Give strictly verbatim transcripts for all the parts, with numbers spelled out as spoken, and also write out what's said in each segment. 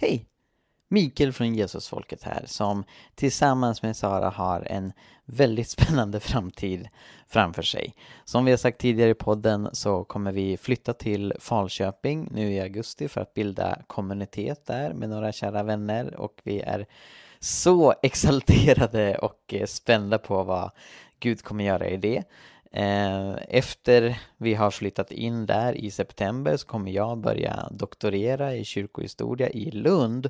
Hej! Mikael från Jesusfolket här som tillsammans med Sara har en väldigt spännande framtid framför sig. Som vi har sagt tidigare i podden så kommer vi flytta till Falköping nu i augusti för att bilda kommunitet där med några kära vänner, och vi är så exalterade och spända på vad Gud kommer göra i det. Efter vi har flyttat in där i september så kommer jag börja doktorera i kyrkohistoria i Lund.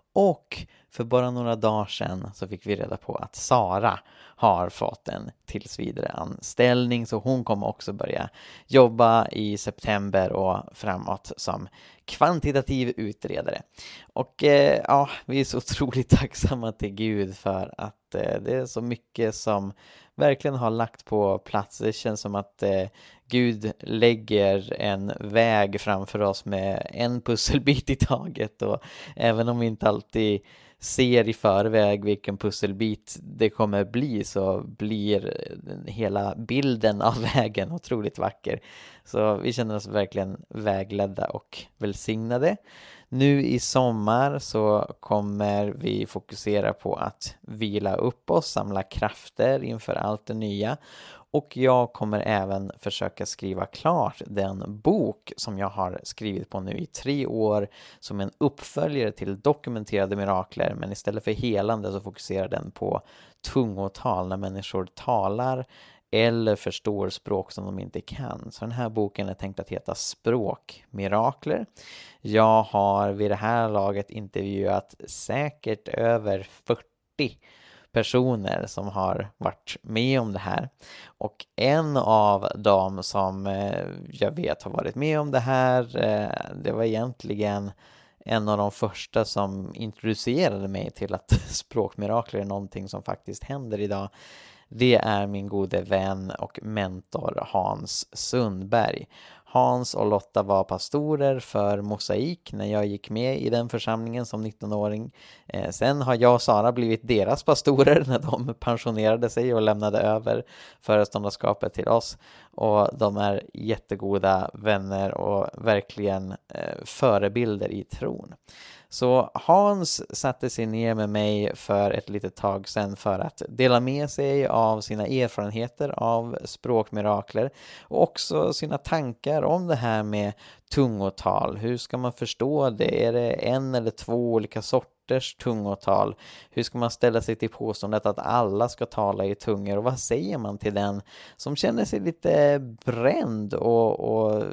Och för bara några dagar sedan så fick vi reda på att Sara har fått en tillsvidare anställning. Så hon kommer också börja jobba i september och framåt som kvantitativ utredare. Och eh, ja, vi är så otroligt tacksamma till Gud för att eh, det är så mycket som verkligen har lagt på plats. Det känns som att eh, Gud lägger en väg framför oss med en pusselbit i taget, och även om vi inte alltid ser i förväg vilken pusselbit det kommer bli så blir hela bilden av vägen otroligt vacker. Så vi känner oss verkligen vägledda och välsignade. Nu i sommar så kommer vi fokusera på att vila upp oss, samla krafter inför allt det nya. Och jag kommer även försöka skriva klart den bok som jag har skrivit på nu i tre år som en uppföljare till dokumenterade mirakler. Men istället för helande så fokuserar den på tungotal, när människor talar eller förstår språk som de inte kan. Så den här boken är tänkt att heta Språkmirakler. Jag har vid det här laget intervjuat säkert över fyrtio personer som har varit med om det här. Och en av dem som jag vet har varit med om det här, det var egentligen en av de första som introducerade mig till att språkmirakler är någonting som faktiskt händer idag. Det är min gode vän och mentor Hans Sundberg. Hans och Lotta var pastorer för Mosaik när jag gick med i den församlingen som nittonåring. Eh, sen har jag och Sara blivit deras pastorer när de pensionerade sig och lämnade över föreståndarskapet till oss. Och de är jättegoda vänner och verkligen eh, förebilder i tron. Så Hans satte sig ner med mig för ett litet tag sedan för att dela med sig av sina erfarenheter av språkmirakler och också sina tankar om det här med tungotal. Hur ska man förstå det? Är det en eller två olika sorters tungotal? Hur ska man ställa sig till påståendet att alla ska tala i tungor? Och vad säger man till den som känner sig lite bränd och, och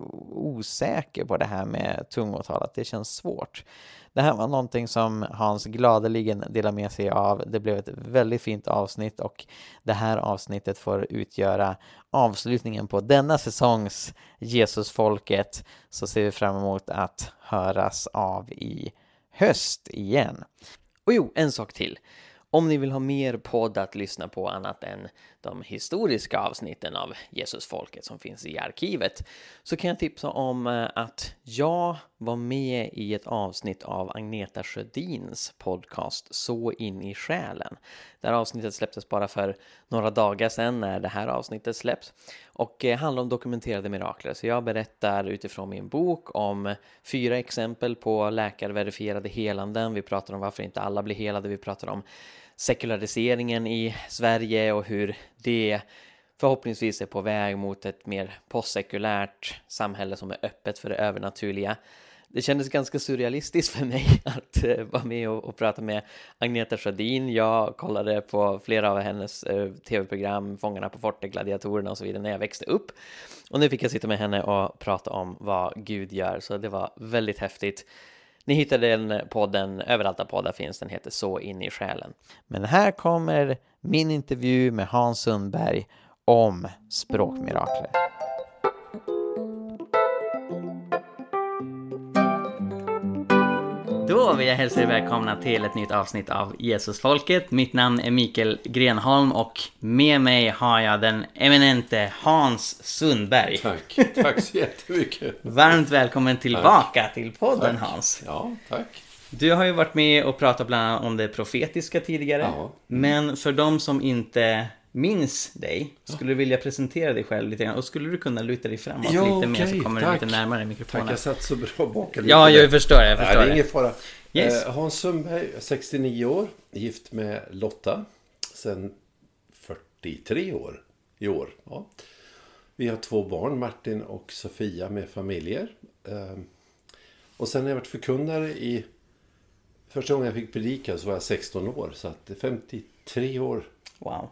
osäker på det här med tungotal? Att det känns svårt. Det här var någonting som Hans gladeligen delade med sig av. Det blev ett väldigt fint avsnitt, och det här avsnittet får utgöra avslutningen på denna säsongs Jesusfolket. Så ser vi fram emot att höras av i höst igen. Och jo, en sak till. Om ni vill ha mer podd att lyssna på annat än de historiska avsnitten av Jesusfolket som finns i arkivet, så kan jag tipsa om att jag var med i ett avsnitt av Agneta Sjödins podcast Så in i själen. Det här avsnittet släpptes bara för några dagar sedan när det här avsnittet släpps, och handlar om dokumenterade mirakler. Så jag berättar utifrån min bok om fyra exempel på läkarverifierade helanden. Vi pratar om varför inte alla blir helade. Vi pratar om sekulariseringen i Sverige och hur det förhoppningsvis är på väg mot ett mer postsekulärt samhälle som är öppet för det övernaturliga. Det kändes ganska surrealistiskt för mig att uh, vara med och, och prata med Agneta Sjödin. Jag kollade på flera av hennes uh, tv-program, Fångarna på fortet, Gladiatorerna och så vidare när jag växte upp. Och nu fick jag sitta med henne och prata om vad Gud gör, så det var väldigt häftigt. Ni hittar den podden överallt där poddar finns. Den heter Så in i själen. Men här kommer min intervju med Hans Sundberg om språkmirakler. Då vill jag hälsa er välkomna till ett nytt avsnitt av Jesusfolket. Mitt namn är Mikael Grenholm och med mig har jag den eminente Hans Sundberg. Tack, tack så jättemycket. Varmt välkommen tillbaka tack. till podden, tack. Hans. Ja, tack. Du har ju varit med och pratat bland annat om det profetiska tidigare. Ja. Mm. Men för de som inte minns dig, skulle du vilja presentera dig själv lite grann? Och skulle du kunna luta dig framåt ja, lite mer okay, så kommer tack. du lite närmare mikrofonen. Tack, jag satt så bra bak. Ja, jag förstår, jag förstår. Nej, det är ingen fara. Yes. Eh, Hans Sundberg, sextionio år, gift med Lotta sedan fyrtiotre år i år. Ja. Vi har två barn, Martin och Sofia, med familjer. Eh, och sen har jag varit förkunnare i... Första gången jag fick predika så var jag sexton år, så att det är femtiotre år. Wow.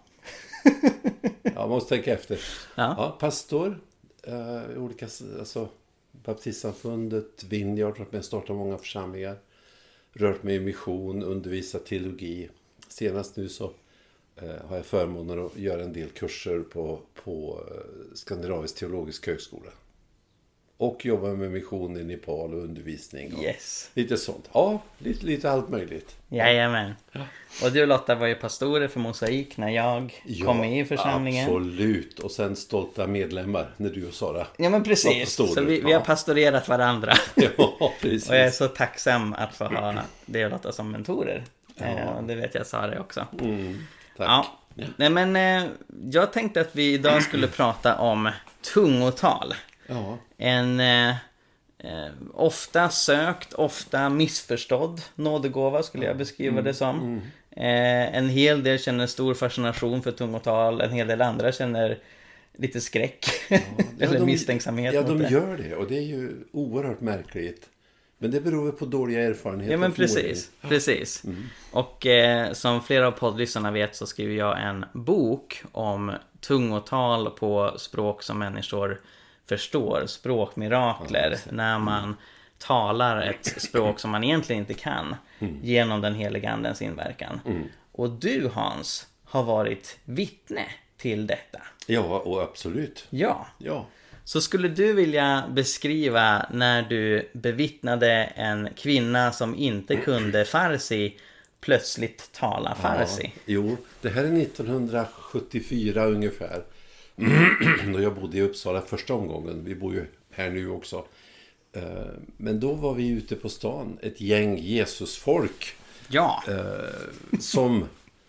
Jag måste tänka efter. Ja. Ja, pastor, eh, olika, alltså baptistsamfundet, Vineyard, varit med och startat många församlingar. Rört mig i mission, undervisat teologi. Senast nu så eh, har jag förmånen att göra en del kurser på, på eh, Skandinavisk teologisk högskola. Och jobbar med mission i Nepal och undervisning. Och Yes. lite sånt. Ja, lite, lite allt möjligt. Jajamän. Ja. Och du Lotta var ju pastorer för Mosaik när jag Ja, kom med i församlingen. Absolut. Och sen stolta medlemmar när du och Sara. Ja men var precis. pastorer. Så vi, vi Ja. har pastorerat varandra. Ja, precis. Och jag är så tacksam att få ha dig och Lotta som mentorer. Ja. Eh, och det vet jag Sara också. Mm, tack. Ja. Ja. Nej men eh, jag tänkte att vi idag skulle prata om tungotal. Ja. En eh, eh, ofta sökt, ofta missförstådd nådegåva skulle jag beskriva det som. Mm. Eh, en hel del känner stor fascination för tungotal, en hel del andra känner lite skräck eller de, misstänksamhet. Ja, mot de det. gör det och det är ju oerhört märkligt. Men det beror väl på dåliga erfarenheter. Ja men förmodligen. precis, precis. Mm. Och eh, som flera av poddlyssnarna vet så skriver jag en bok om tungotal på språk som människor förstår, språkmirakler, Ja, när man talar ett språk som man egentligen inte kan Mm. genom den heliga andens inverkan. Mm. Och du Hans har varit vittne till detta. Ja, och absolut. Ja. Ja. Så skulle du vilja beskriva när du bevittnade en kvinna som inte kunde farsi plötsligt tala farsi? Ja, jo, det här är nittonhundrasjuttiofyra ungefär. Då jag bodde i Uppsala första omgången. Vi bor ju här nu också. Eh, Men då var vi ute på stan, ett gäng Jesusfolk Ja. eh, som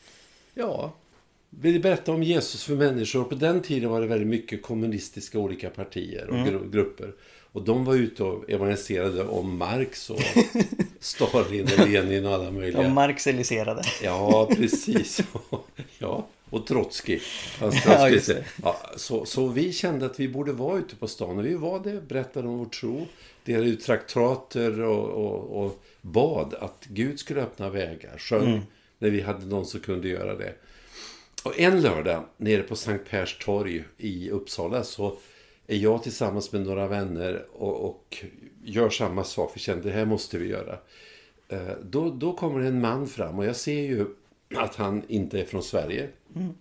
ja, ville berätta om Jesus för människor. På den tiden var det väldigt mycket kommunistiska olika partier och gru- grupper. Och de var ute och evangeliserade om Marx och Stalin och Lenin och alla möjliga. De marxeliserade. Ja, precis. Ja, och Trotsky. Hans Ja, Trotsky. just det. Ja, så, så vi kände att vi borde vara ute på stan. Och vi var det, berättade om vår tro. Delade ut traktater och, och, och bad att Gud skulle öppna vägar. Sjöng Mm. när vi hade någon som kunde göra det. Och en lördag nere på Sankt Pers torg i Uppsala så är jag tillsammans med några vänner och, och gör samma sak. Vi kände det här måste vi göra. Eh, då, då kommer en man fram och jag ser ju att han inte är från Sverige. Mm.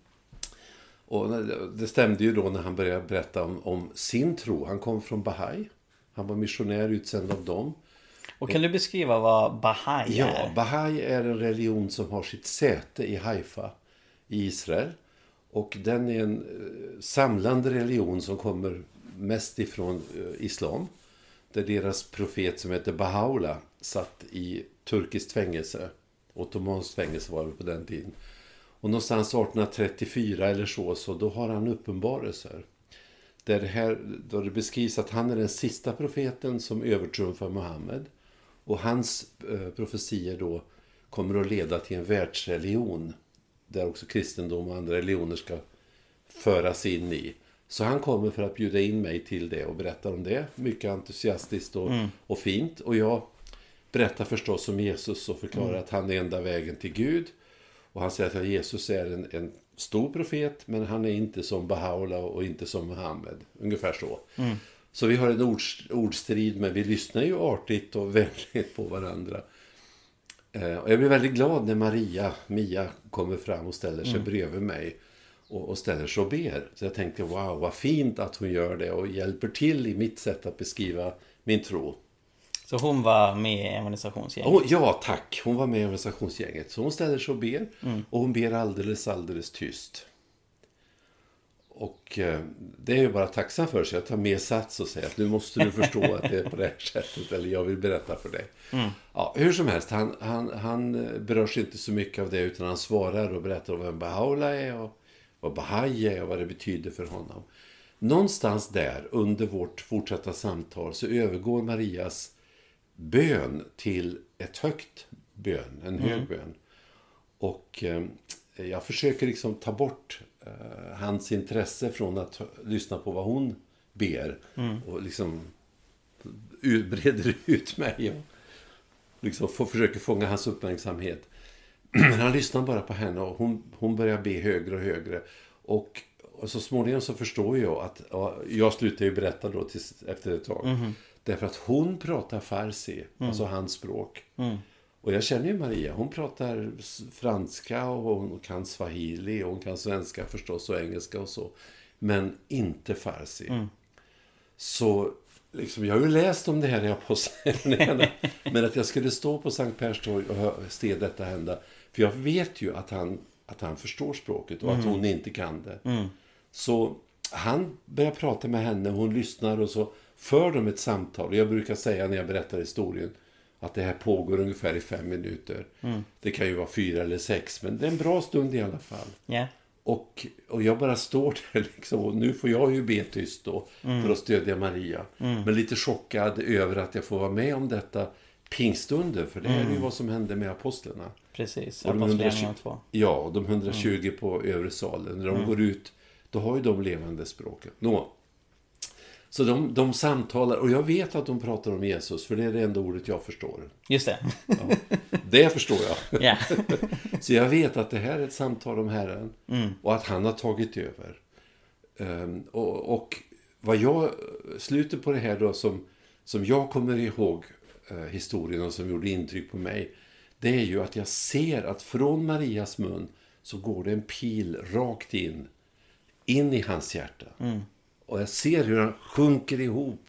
Och det stämde ju då när han började berätta om, om sin tro. Han kom från Bahai. Han var missionär utsänd av dem. Och kan du beskriva vad Bahai Ja, är? Bahai är en religion som har sitt säte i Haifa i Israel. Och den är en eh, samlande religion som kommer mest ifrån eh, islam. Där deras profet som heter Bahá'u'lláh satt i turkiskt fängelse. Ottomanskt fängelse var det på den tiden. Och någonstans arton trettiofyra eller så, så då har han uppenbarelser. Där det, här, då det beskrivs att han är den sista profeten som övertrumfar Muhammed. Och hans eh, profetier då kommer att leda till en världsreligion. Där också kristendom och andra religioner ska föras in i. Så han kommer för att bjuda in mig till det och berätta om det. Mycket entusiastiskt och, mm. och fint. Och jag berättar förstås om Jesus och förklarar mm. att han är enda vägen till Gud. Och han säger att Jesus är en, en stor profet, men han är inte som Bahá'u'lláh och inte som Muhammed. Ungefär så. Mm. Så vi har en ord, ordstrid, men vi lyssnar ju artigt och vänligt på varandra. Eh, och jag blir väldigt glad när Maria, Mia, kommer fram och ställer sig mm. bredvid mig. Och, och ställer sig och ber. Så jag tänkte, wow, vad fint att hon gör det och hjälper till i mitt sätt att beskriva min tro. Så hon var med i evangelisationsgänget? Oh, ja, tack. Hon var med i evangelisationsgänget. Så hon ställer sig och ber. Mm. Och hon ber alldeles, alldeles tyst. Och eh, det är ju bara tacksam för sig. Jag tar med sats och säger att nu måste du förstå att det är på det här sättet. Eller jag vill berätta för dig. Mm. Ja, hur som helst, han, han, han berörs inte så mycket av det. Utan han svarar och berättar om vem Bahá'u'lláh är. Och vad Bahai är och vad det betyder för honom. Någonstans där under vårt fortsatta samtal så övergår Marias bön till ett högt bön, en hög mm. bön. Och eh, jag försöker liksom ta bort eh, hans intresse från att lyssna på vad hon ber. Mm. Och liksom breder ut mig och liksom får, försöker fånga hans uppmärksamhet. Men han lyssnar bara på henne och hon, hon börjar be högre och högre. Och, och så småningom så förstår jag att, ja, jag slutar ju berätta då tills, efter ett tag. Mm. Därför att hon pratar farsi, mm. alltså hans språk. Mm. Och jag känner ju Maria, hon pratar franska och hon kan swahili och hon kan svenska förstås och engelska och så. Men inte farsi. Mm. Så liksom, jag har ju läst om det här i Apostlagärningarna. Men att jag skulle stå på Sankt Pers torg och se detta hända. För jag vet ju att han, att han förstår språket och mm. att hon inte kan det. Mm. Så han börjar prata med henne, hon lyssnar och så för de ett samtal. Jag brukar säga när jag berättar historien att det här pågår ungefär i fem minuter. Mm. Det kan ju vara fyra eller sex, men det är en bra stund i alla fall. Yeah. Och, och jag bara står där liksom, och nu får jag ju be tyst då mm. för att stödja Maria. Mm. Men lite chockad över att jag får vara med om detta pingstunder, för det här mm. är ju vad som hände med apostlarna. Precis, Apostlagärningarna två. Ja, och de hundratjugo mm. på övre salen. När de mm. går ut, då har ju de levande språket. Nå. Så de, de samtalar, och jag vet att de pratar om Jesus, för det är det enda ordet jag förstår. Just det. Ja, det förstår jag. Yeah. Så jag vet att det här är ett samtal om Herren mm. och att han har tagit över. Um, och, och vad jag, slutet på det här då som, som jag kommer ihåg uh, historien och som gjorde intryck på mig, det är ju att jag ser att från Marias mun så går det en pil rakt in, in i hans hjärta. Mm. Och jag ser hur han sjunker ihop,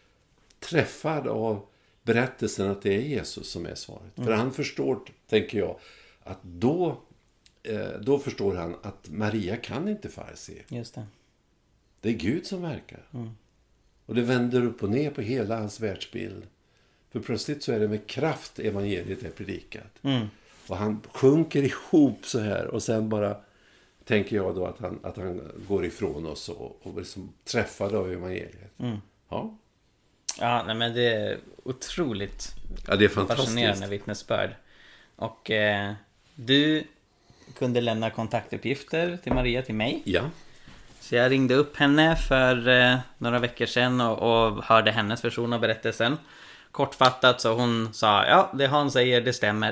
träffad av berättelsen att det är Jesus som är svaret. Mm. För han förstår, tänker jag, att då, eh, då förstår han att Maria kan inte farsi. Just det. Det är Gud som verkar. Mm. Och det vänder upp och ner på hela hans världsbild. För plötsligt så är det med kraft evangeliet är predikat. Mm. Och han sjunker ihop så här och sen bara... tänker jag då att han, att han går ifrån oss och, och liksom träffad av evangeliet. Mm. Ja. Ja, nej, men det är otroligt ja, det är fantastiskt. Fascinerande vittnesbörd. Och eh, du kunde lämna kontaktuppgifter till Maria, till mig. Ja. Så jag ringde upp henne för eh, några veckor sedan och, och hörde hennes version av berättelsen. Kortfattat så hon sa, ja, det han säger, det stämmer.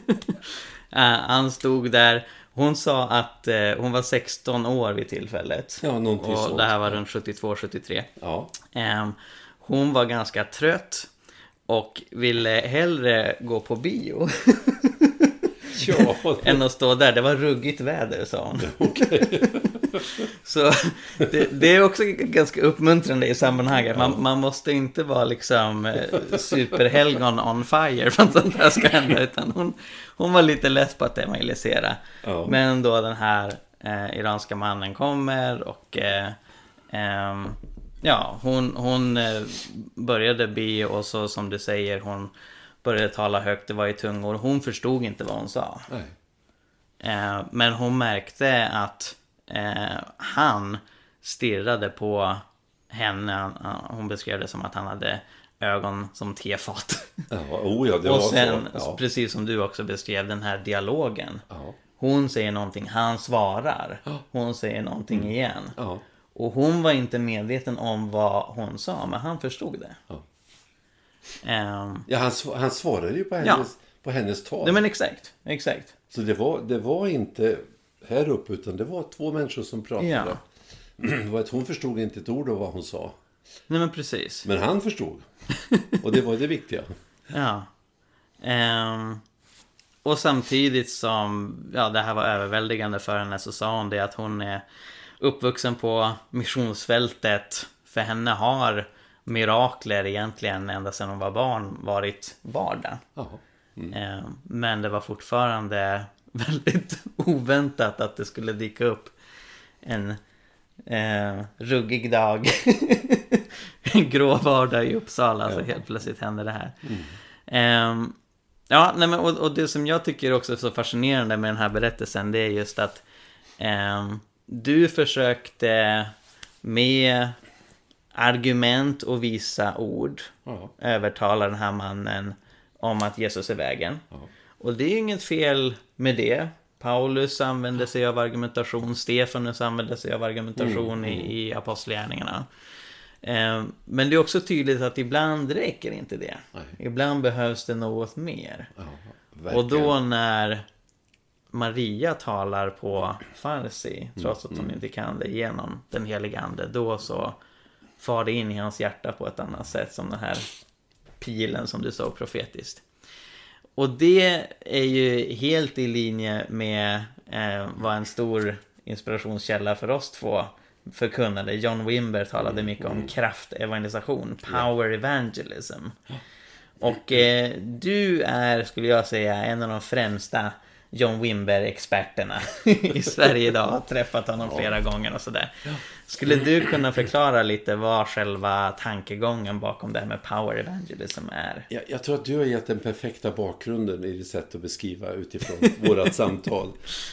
uh, han stod där. Hon sa att eh, hon var sexton år vid tillfället. Ja, någonting och sånt. Det här var runt sjuttiotvå sjuttiotre. Ja. Eh, hon var ganska trött och ville hellre gå på bio. Ja. än att stå där. Det var ruggigt väder, sa hon. Okej. Så det, det är också ganska uppmuntrande i sammanhanget. Man, man måste inte vara liksom eh, superhelgon on fire för att sånt här ska hända, utan hon, hon var lite less på att evangelisera. Ja. Men då den här eh, iranska mannen kommer och eh, eh, ja, hon, hon eh, började be och så som du säger, hon började tala högt, det var i tungor. Hon förstod inte vad hon sa. Nej. Eh, men hon märkte att eh, han stirrade på henne. Hon beskrev det som att han hade ögon som tefat. Ja, oh ja, det och var sen, så. Ja. Precis som du också beskrev, den här dialogen. Ja. Hon säger någonting, han svarar. Hon säger någonting mm. igen. Ja. Och hon var inte medveten om vad hon sa, men han förstod det. Ja. Um, ja, han, han svarade ju på hennes, ja. på hennes tal. Nej, men exakt, exakt. Så det var, det var inte här uppe, utan det var två människor som pratade. Ja. Det var att hon förstod inte ett ord av vad hon sa. Nej, men precis. Men han förstod. Och det var det viktiga. Ja. Um, och samtidigt som ja, det här var överväldigande för henne, så sa hon det att hon är uppvuxen på missionsfältet. För henne har mirakler egentligen ända sedan hon var barn varit vardag. Mm. Men det var fortfarande väldigt oväntat att det skulle dyka upp en eh, ruggig dag, en grå vardag i Uppsala, så helt plötsligt hände det här. Mm. Eh, ja, nej, men, och, och det som jag tycker också är så fascinerande med den här berättelsen, det är just att eh, du försökte med argument och visa ord Ja. övertalar den här mannen om att Jesus är vägen. Ja. Och det är ju inget fel med det. Paulus använde sig av argumentation, Stefanus använde sig av argumentation Mm, mm. i, i apostlagärningarna. Eh, men det är också tydligt att ibland räcker inte det. Nej. Ibland behövs det något mer. Ja, Och verkligen. då när Maria talar på farsi, trots Mm, att hon inte kan det, genom den heliga ande, då så far det in i hans hjärta på ett annat sätt, som den här pilen som du såg profetiskt. Och det är ju helt i linje med eh, vad en stor inspirationskälla för oss två förkunnade. John Wimber talade mycket om kraftevangelisation, power evangelism. Och eh, du är, skulle jag säga, en av de främsta John Wimber-experterna i Sverige idag. Har träffat honom flera gånger och sådär. Skulle du kunna förklara lite vad själva tankegången bakom det här med power evangelism är? Jag, jag tror att du har gett den perfekta bakgrunden i ditt sätt att beskriva utifrån vårat samtal.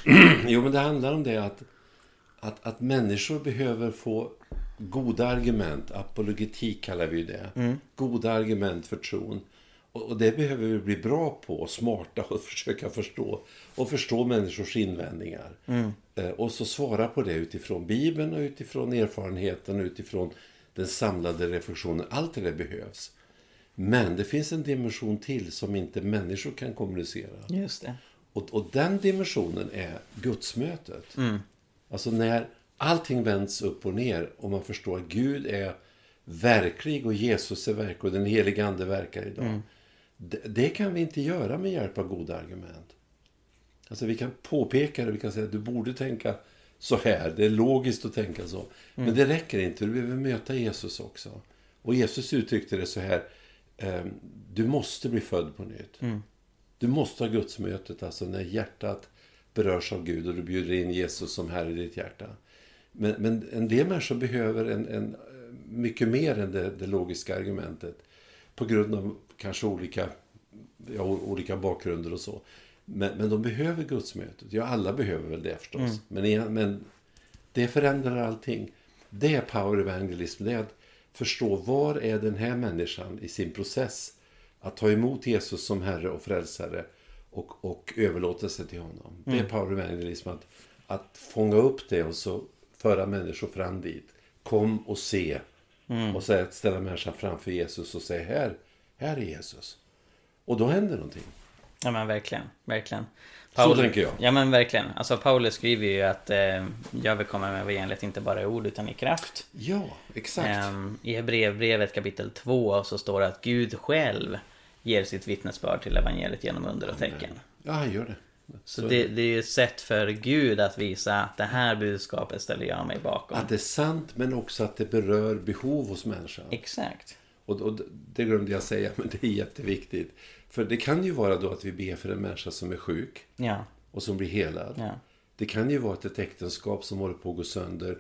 Jo, men det handlar om det att, att, att människor behöver få goda argument. Apologetik kallar vi det. Mm. Goda argument för tron. Och, och det behöver vi bli bra på, smarta och försöka förstå. Och förstå människors invändningar. Mm. Eh, och så svara på det utifrån Bibeln och utifrån erfarenheten och utifrån den samlade reflektionen. Allt det där behövs. Men det finns en dimension till som inte människor kan kommunicera. Just det. Och, och den dimensionen är gudsmötet. Mm. Alltså när allting vänds upp och ner och man förstår att Gud är verklig och Jesus är verklig och den heliga ande verkar idag. Mm. Det, det kan vi inte göra med hjälp av goda argument. Alltså vi kan påpeka det, vi kan säga att du borde tänka så här. Det är logiskt att tänka så. Mm. Men det räcker inte, du behöver möta Jesus också. Och Jesus uttryckte det så här. Eh, du måste bli född på nytt. Mm. Du måste ha gudsmötet, alltså när hjärtat berörs av Gud och du bjuder in Jesus som Herre i ditt hjärta. Men, men en del människor behöver en, en, mycket mer än det, det logiska argumentet. På grund av kanske olika, ja, olika bakgrunder och så. Men, men de behöver gudsmötet. Ja, alla behöver väl det förstås. Mm. Men, men det förändrar allting. Det är power evangelism. Det är att förstå var är den här människan i sin process. Att ta emot Jesus som Herre och frälsare. Och, och överlåta sig till honom. Mm. Det är power evangelism. Att, att fånga upp det och så föra människor fram dit. Kom och se. Mm. Och så ställa människan framför Jesus och säga här, här är Jesus. Och då händer någonting. Ja, men verkligen, verkligen. Paulus, så tänker jag. Ja, men verkligen. Alltså Paulus skriver ju att eh, jag vill komma med evangeliet inte bara i ord utan i kraft. Ja, exakt. Eh, I Hebreerbrevet kapitel två så står det att Gud själv ger sitt vittnesbörd till evangeliet genom under och tecken. Ja, han gör det. Så, så det, det är ju ett sätt för Gud att visa att det här budskapet ställer jag mig bakom. Att det är sant, men också att det berör behov hos människan. Exakt. Och, och det glömde jag säga, men det är jätteviktigt. För det kan ju vara då att vi ber för en människa som är sjuk. Ja. Och som blir helad. Ja. Det kan ju vara att ett äktenskap som håller på att gå sönder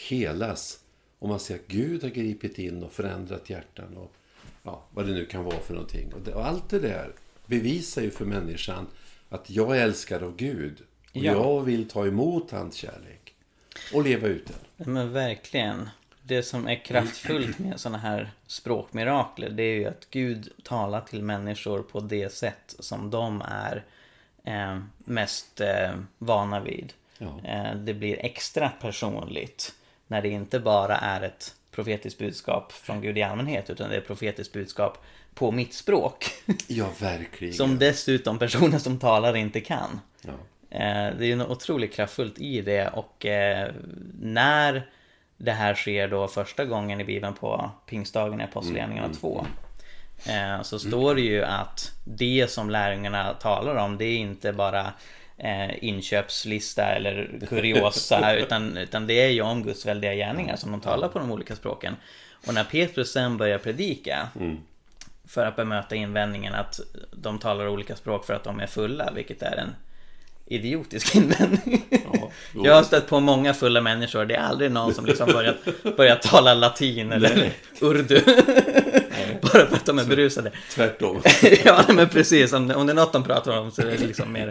helas. Och man ser att Gud har gripit in och förändrat hjärtan. Och ja, vad det nu kan vara för någonting. Och, det, och allt det där bevisar ju för människan att jag är älskad av Gud. Och ja. jag vill ta emot hans kärlek. Och leva ut den. Men verkligen. Det som är kraftfullt med såna här språkmirakler, det är ju att Gud talar till människor på det sätt som de är eh, mest eh, vana vid. Ja. Eh, det blir extra personligt när det inte bara är ett profetiskt budskap från Gud i allmänhet, utan det är ett profetiskt budskap på mitt språk. Ja, verkligen. Som dessutom personer som talar inte kan. Ja. Eh, det är ju något otroligt kraftfullt i det, och eh, när det här sker då första gången i Bibeln på pingstdagen i Apostlagärningarna mm, två. Eh, så står det ju att det som lärjungarna talar om, det är inte bara eh, inköpslista eller kuriosa, utan, utan det är ju om Guds väldiga gärningar som de talar på de olika språken. Och när Petrus sen börjar predika mm. för att bemöta invändningen att de talar olika språk för att de är fulla, vilket är en idiotisk invändning. Ja, jag har stött på många fulla människor. Det är aldrig någon som liksom börjat, börjat tala latin eller Nej. urdu. Nej. Bara för att de är berusade. Tvärtom. Ja, men precis. Om det, om det är något de pratar om så är det liksom mer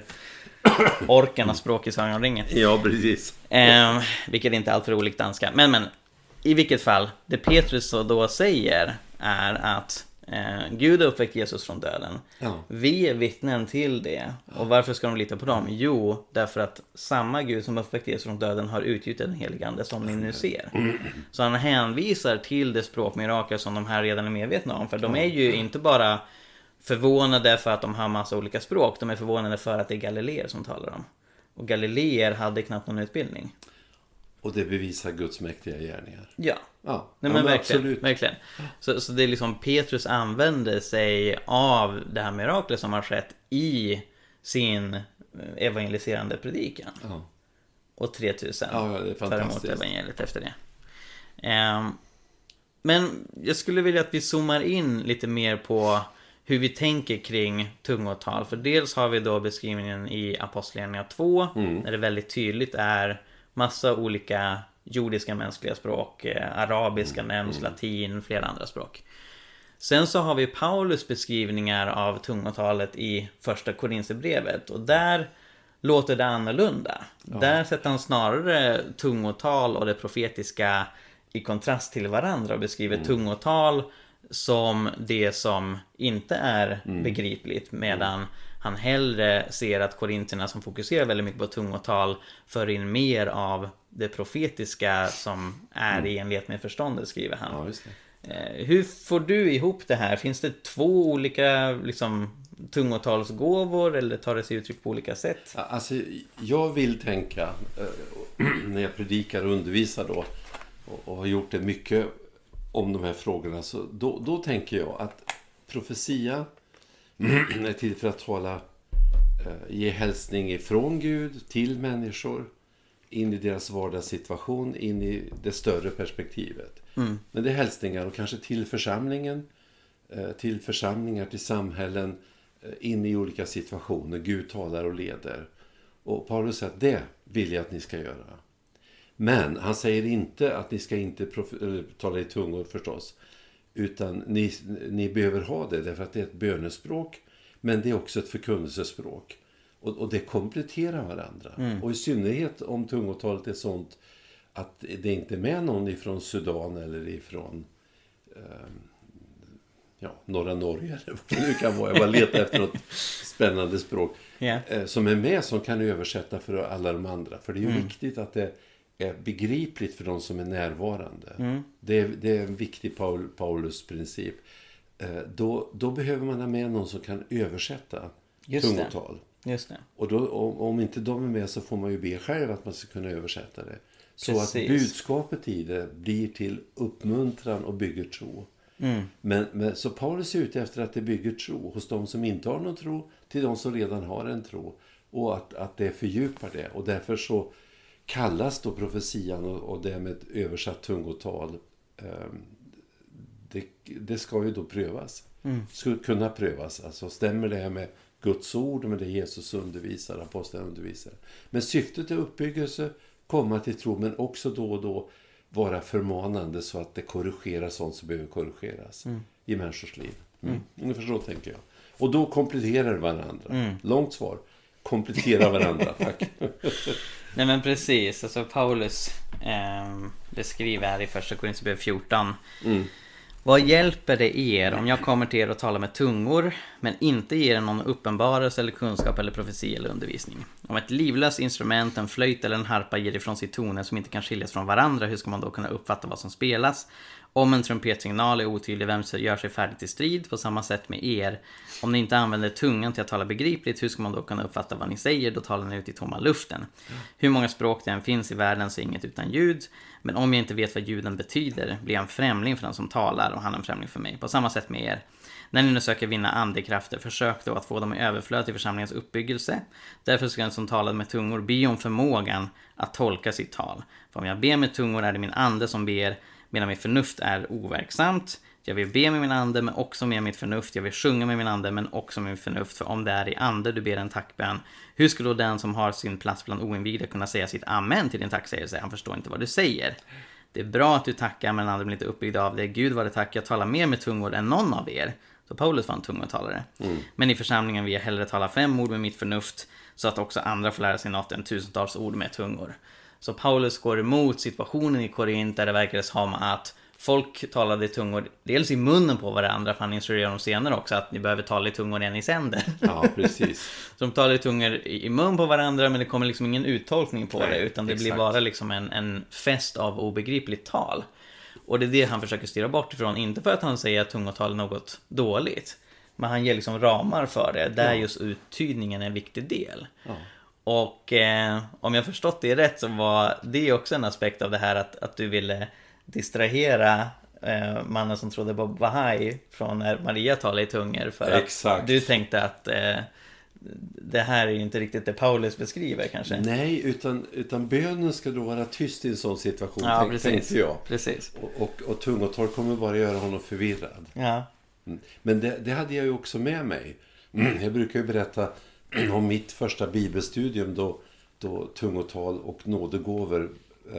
orkarnas språk i Sagan om ringen. Ja, precis. Eh, vilket inte är allt för olikt danska. Men, men i vilket fall, det Petrus då säger är att eh, Gud har uppväckt Jesus från döden. Ja. Vi är vittnen till det. Och varför ska de lita på dem? Jo, därför att samma Gud som uppväckt Jesus från döden har utgjutit den helige ande som ni nu ser. Så han hänvisar till det språkmirakel som de här redan är medvetna om. För de är ju inte bara förvånade för att de har massa olika språk. De är förvånade för att det är galileer som talar om. Och galileer hade knappt någon utbildning. Och det bevisar Guds mäktiga gärningar. Ja, Ja, Nej, men ja, men verkligen, absolut. verkligen. Så, så det är liksom Petrus använder sig av det här miraklet som har skett i sin evangeliserande predikan. Ja. Och tre tusen Ja, ja, det är tar emot fantastiskt. evangeliet efter det. Ehm, men jag skulle vilja att vi zoomar in lite mer på hur vi tänker kring tungotal. För dels har vi då beskrivningen i Apostlagärningarna två, Mm. där det väldigt tydligt är massa olika jordiska mänskliga språk. eh, Arabiska Mm. nämns, latin, flera andra språk. Sen så har vi Paulus beskrivningar av tungotalet i första Korinthierbrevet. Och där låter det annorlunda. Där sätter han snarare tungotal och det profetiska i kontrast till varandra och beskriver Mm. tungotal som det som inte är Mm. begripligt, medan han hellre ser att korintierna som fokuserar väldigt mycket på tungotal för in mer av det profetiska som är i enlighet med förståndet, skriver han. Ja, just det. Eh, Hur får du ihop det här? Finns det två olika liksom, tungotalsgåvor eller tar det sig uttryck på olika sätt? Ja, alltså, jag vill tänka, eh, när jag predikar och undervisar då, och, och har gjort det mycket om de här frågorna, så då, då tänker jag att profetia är till för att tala, eh, ge hälsning ifrån Gud till människor, in i deras vardagssituation, in i det större perspektivet. Mm. Men det är hälsningar och kanske till församlingen, eh, till församlingar, till samhällen, eh, in i olika situationer. Gud talar och leder. Och Paulus säger att det vill jag att ni ska göra. Men han säger inte att ni ska inte prof- eller, tala i tungor förstås. Utan ni, ni behöver ha det därför att det är ett bönespråk. Men det är också ett förkunnelsespråk. Och, och det kompletterar varandra. Mm. Och i synnerhet om tungotalet är sånt att det inte är med någon ifrån Sudan eller ifrån eh, ja, norra Norge eller vad det nu kan vara. Jag bara letar efter något spännande språk Yeah. eh, som är med, som kan översätta för alla de andra. För det är ju Mm. viktigt att det är begripligt för de som är närvarande. Mm. Det, är, det är en viktig Paul, Paulus princip. Eh, då, då behöver man ha med någon som kan översätta Just det. tungotal. Just det. Och då, om, om inte de är med så får man ju be själv att man ska kunna översätta det. Så Precis. att budskapet i det blir till uppmuntran och bygger tro. Mm. Men, men, så Paulus är ute efter att det bygger tro hos de som inte har någon tro till de som redan har en tro. Och att, att det fördjupar det. Och därför så kallas då profetian och, och det med översatt tungotal. Eh, det, det ska ju då prövas. Mm. Skulle kunna prövas. Alltså stämmer det här med Guds ord och med det Jesus undervisar, aposteln undervisar. Men syftet är uppbyggelse, komma till tro, men också då och då vara förmanande så att det korrigerar sånt som behöver korrigeras mm. i människors liv. Mm. Ungefär så tänker jag. Och då kompletterar varandra. Mm. Långt svar. Kompletterar varandra, tack. Nej men precis, alltså Paulus eh, beskriver här i första Korinthierbrevet fjorton. Mm. Vad hjälper det er om jag kommer till er och talar med tungor, men inte ger er någon uppenbarelse eller kunskap eller profeti eller undervisning? Om ett livlöst instrument, en flöjt eller en harpa ger ifrån sig toner som inte kan skiljas från varandra, hur ska man då kunna uppfatta vad som spelas? Om en trumpetsignal är otydlig, vem gör sig färdig till strid? På samma sätt med er. Om ni inte använder tungan till att tala begripligt, hur ska man då kunna uppfatta vad ni säger? Då talar ni ut i tomma luften. Mm. Hur många språk det än finns i världen så är inget utan ljud. Men om jag inte vet vad ljuden betyder blir jag en främling för den som talar och han en främling för mig. På samma sätt med er. När ni nu söker vinna andekrafter, försök då att få dem i överflöd till församlingens uppbyggelse. Därför ska den som talar med tungor be om förmågan att tolka sitt tal. För om jag ber med tungor är det min ande som ber, medan mitt förnuft är overksamt. Jag vill be med min ande men också med mitt förnuft. Jag vill sjunga med min ande men också med mitt förnuft. För om det är i ande du ber en tackbön, hur ska då den som har sin plats bland oinvigda kunna säga sitt amen till din tacksägelse? Han förstår inte vad du säger. Det är bra att du tackar, men ande blir inte uppbyggd av det. Gud var det tack, jag talar mer med tungor än någon av er. Så Paulus var en tungotalare. Mm. Men i församlingen vill jag hellre tala fem ord med mitt förnuft, så att också andra får lära sig något än tusentals ord med tungor. Så Paulus går emot situationen i Korint där det verkar som att folk talade i tungor dels i munnen på varandra, för han instruerar dem senare också att ni behöver tala i tungor när ni sänder. Ja, precis. Så de talar i tungor i mun på varandra, men det kommer liksom ingen uttolkning på Nej, det, utan det exakt. blir bara liksom en, en fest av obegripligt tal. Och det är det han försöker styra bort ifrån, inte för att han säger att tungotal är något dåligt, men han ger liksom ramar för det, där ja. just uttydningen är en viktig del. Ja. Och eh, om jag förstått det rätt så var det också en aspekt av det här att, att du ville distrahera eh, mannen som trodde på Bahai från när Maria talade i tungor, för Exakt. att du tänkte att eh, det här är inte riktigt det Paulus beskriver kanske. Nej, utan, utan bönen ska då vara tyst i en sån situation, ja, tänk, precis. tänkte jag. Precis. Och, och, och tungotal kommer bara göra honom förvirrad. Ja. Mm. Men det, det hade jag ju också med mig. Mm. Jag brukar ju berätta om mitt första bibelstudium då, då tungotal och nådegåvor eh,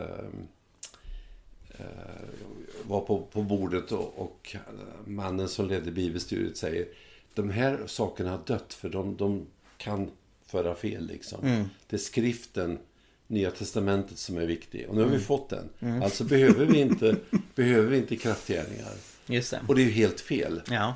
eh, var på, på bordet och, och mannen som ledde bibelstudiet säger de här sakerna har dött för de, de kan föra fel liksom. Mm. Det är skriften, Nya testamentet som är viktig. Och nu har mm. vi fått den. Mm. Alltså behöver vi inte behöver vi inte kraftgärningar. Just det. Och det är ju helt fel. Ja.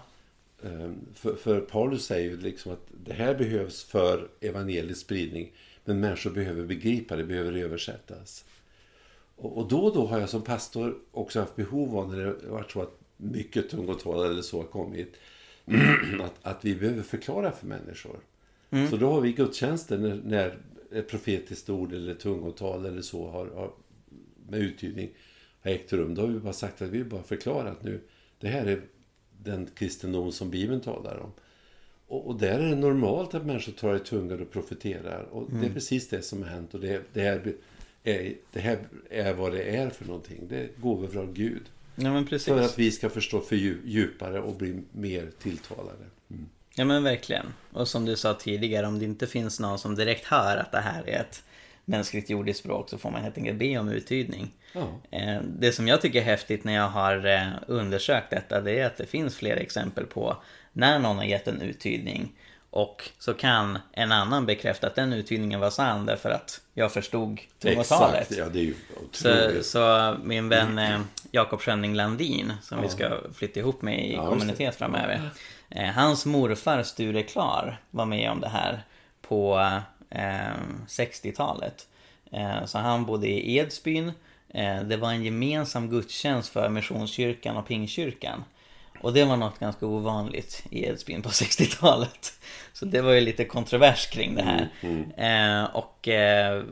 För, för Paulus säger ju liksom att det här behövs för evangelisk spridning, men människor behöver begripa det, behöver översättas. Och, och då och då har jag som pastor också haft behov av, när det varit så att mycket tungotal eller så har kommit, att, att vi behöver förklara för människor. Mm. Så då har vi gudstjänster när, när ett profetiskt ord eller tungotal eller så har, har med uttydning har ägt rum. Då har vi bara sagt att vi bara förklarat nu, det här är den kristendom som Bibeln talar om. Och, och där är det normalt att människor tar i tungor och profeterar. Och mm. det är precis det som har hänt. Och det, det, här är, det här är vad det är för någonting. Det är gåvor från Gud. Ja, men precis. För att vi ska förstå för djupare och bli mer tilltalade. Mm. Ja, men verkligen. Och som du sa tidigare, om det inte finns någon som direkt hör att det här är ett mänskligt jordiskt språk, så får man helt enkelt be om uttydning. Ja. Det som jag tycker är häftigt när jag har undersökt detta, det är att det finns flera exempel på när någon har gett en uttydning och så kan en annan bekräfta att den uttydningen var sann därför att jag förstod tungotalet. Exakt, ja, det är ju så, så min vän mm. Jakob Schönning Landin, som ja. vi ska flytta ihop med i ja, kommunitet framöver, ja. hans morfar Sture Klar var med om det här på eh, sextiotalet. Eh, så han bodde i Edsbyn. Eh, det var en gemensam gudstjänst för Missionskyrkan och Pingkyrkan. Och det var något ganska ovanligt i Edsbyn på sextiotalet. Så det var ju lite kontrovers kring det här. Mm, mm. Eh, och eh,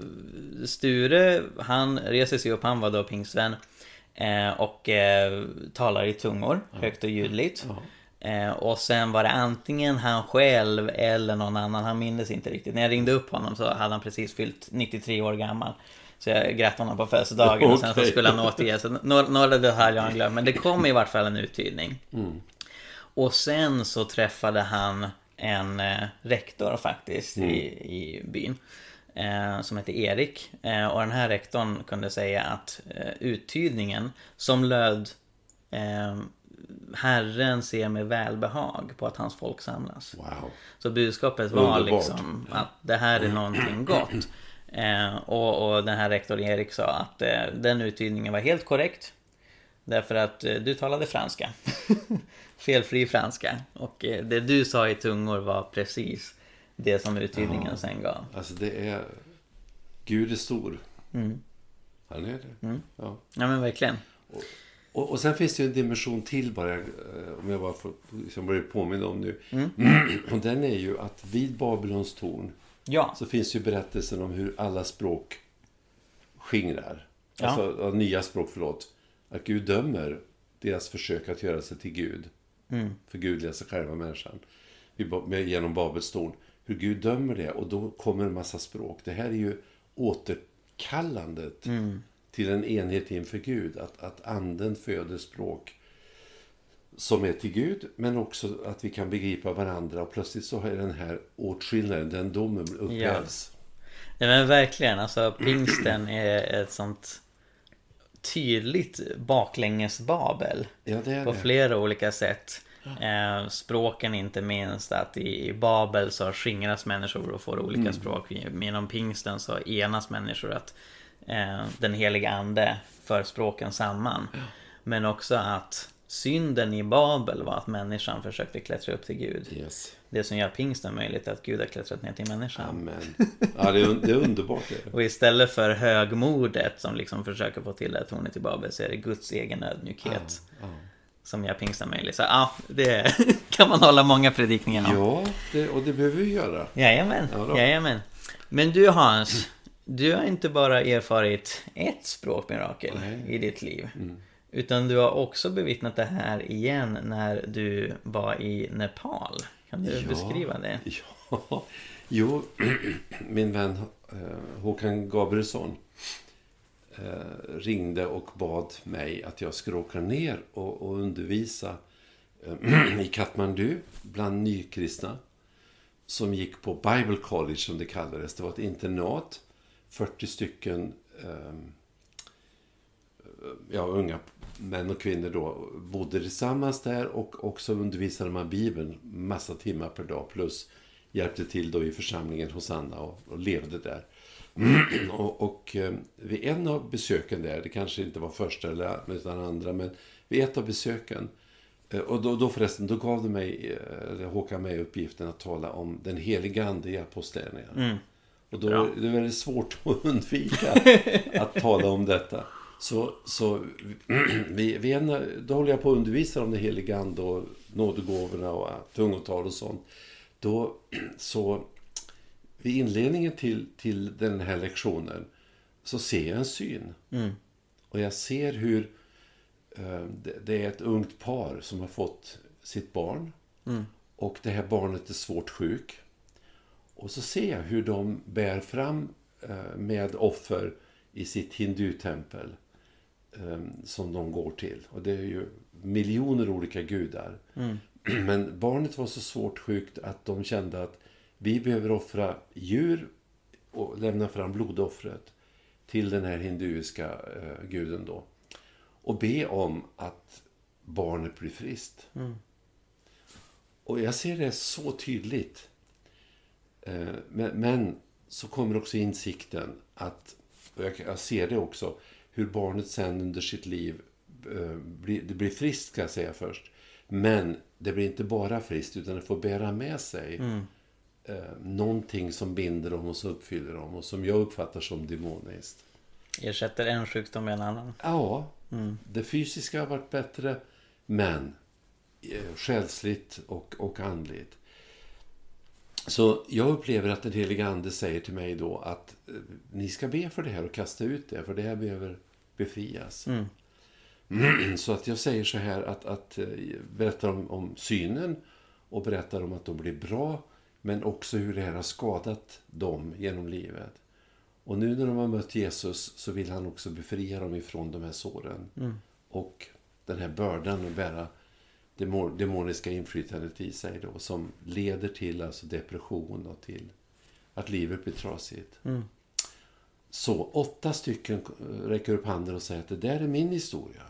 Sture, han reser sig upp, han var då pingstvän. Eh, och eh, talar i tungor, ja. högt och ljudligt. Ja. Eh, och sen var det antingen han själv eller någon annan, han minns inte riktigt. När jag ringde upp honom så hade han precis fyllt nittiotre år gammal. Så jag grät honom på födelsedagen okay. och sen så skulle han återge. Så några, några detaljer han glömt, men det kom i vart fall en uttydning. Mm. Och sen så träffade han en eh, rektor faktiskt mm. i, i byn. Eh, som heter Erik. Eh, och den här rektorn kunde säga att eh, uttydningen som löd eh, Herren ser med välbehag på att hans folk samlas. Wow. Så budskapet var Underbart. liksom att det här är någonting gott. Eh, och, och den här rektor Erik sa att eh, den uttydningen var helt korrekt. Därför att eh, du talade franska. Felfri franska. Och eh, det du sa i tungor var precis det som uttydningen ja. sen gav. Alltså det är... Gud är stor. Mm. Han är det. Mm. Ja. ja men verkligen. Och, och, och sen finns det ju en dimension till bara, om jag bara får liksom börja påminna om nu. Mm. Och den är ju att vid Babylons torn ja. så finns ju berättelsen om hur alla språk skingrar. Ja. Alltså nya språk, förlåt. Att Gud dömer deras försök att göra sig till Gud. Mm. För Gud läser själva människan. Genom Babels torn. Hur Gud dömer det. Och då kommer en massa språk. Det här är ju återkallandet mm. till en enhet inför Gud. Att, att anden föder språk som är till Gud, men också att vi kan begripa varandra. Och plötsligt så har den här åtskillnaden, den domen upphävs. Ja, men verkligen. Alltså pingsten är ett sånt tydligt baklänges Babel. Ja, det är på det. flera olika sätt. Eh, språken inte minst, att i, i Babel så skingras människor och får olika mm. språk. Genom pingsten så enas människor att eh, den heliga ande för språken samman. Ja. Men också att synden i Babel var att människan försökte klättra upp till Gud. Yes. Det som gör pingsten möjligt är att Gud har klättrat ner till människan. Amen. Ja, det är, det är underbart. Det. Och istället för högmodet som liksom försöker få till det tornet i Babel, så är det Guds egen ödmjukhet ja, ja. som gör pingsten möjligt. Så ja, det kan man hålla många predikningar om. Ja, det, och det behöver vi göra. Jajamän, ja, jajamän. Men du Hans, du har inte bara erfarit ett språkmirakel Nej. i ditt liv. Mm. Utan du har också bevittnat det här igen när du var i Nepal. Kan du ja, beskriva det? Ja, jo, min vän eh, Håkan Gabrielsson eh, ringde och bad mig att jag skulle åka ner och, och undervisa eh, i Kathmandu bland nykristna som gick på Bible College som det kallades. Det var ett internat, fyrtio stycken eh, ja, unga män och kvinnor då bodde tillsammans där och också undervisade man Bibeln massa timmar per dag plus hjälpte till då i församlingen hos Anna och, och levde där. och, och eh, vid en av besöken där, det kanske inte var första eller utan andra, men vid ett av besöken eh, och då, då förresten, då gav det mig eller Håkan mig uppgiften att tala om den heliga ande i apostlagärningarna. Mm. Och då Bra. är det väldigt svårt att undvika att tala om detta. Så, så vi, vi är, då håller jag på att undervisa om det heliga ande och nådegåvorna och tungotal och sånt. Då, så vid inledningen till, till den här lektionen så ser jag en syn. Mm. Och jag ser hur eh, det, det är ett ungt par som har fått sitt barn. Mm. Och det här barnet är svårt sjuk. Och så ser jag hur de bär fram eh, med offer i sitt hindutempel som de går till. Och det är ju miljoner olika gudar. Mm. Men barnet var så svårt sjukt att de kände att vi behöver offra djur och lämna fram blodoffret till den här hinduiska eh, guden då. Och be om att barnet blir friskt. Mm. Och jag ser det så tydligt. Eh, men, men så kommer också insikten att, och jag, jag ser det också, hur barnet sen under sitt liv eh, blir, det blir friskt kan jag säga först. Men det blir inte bara friskt utan det får bära med sig mm. eh, någonting som binder dem och som uppfyller dem och som jag uppfattar som demoniskt. Ersätter en sjukdom med en annan? Ja, mm. det fysiska har varit bättre men eh, själsligt och, och andligt. Så jag upplever att den heliga ande säger till mig då att eh, ni ska be för det här och kasta ut det, för det här behöver befrias. Mm. Mm, så att jag säger så här att, att eh, berättar om, om synen och berättar om att de blir bra, men också hur det här har skadat dem genom livet. Och nu när de har mött Jesus så vill han också befria dem ifrån de här såren. Mm. Och den här bördan att bära demoniska inflytandet i sig då, som leder till alltså depression och till att livet blir trasigt. Mm. Så åtta stycken räcker upp handen och säger att det där är min historia.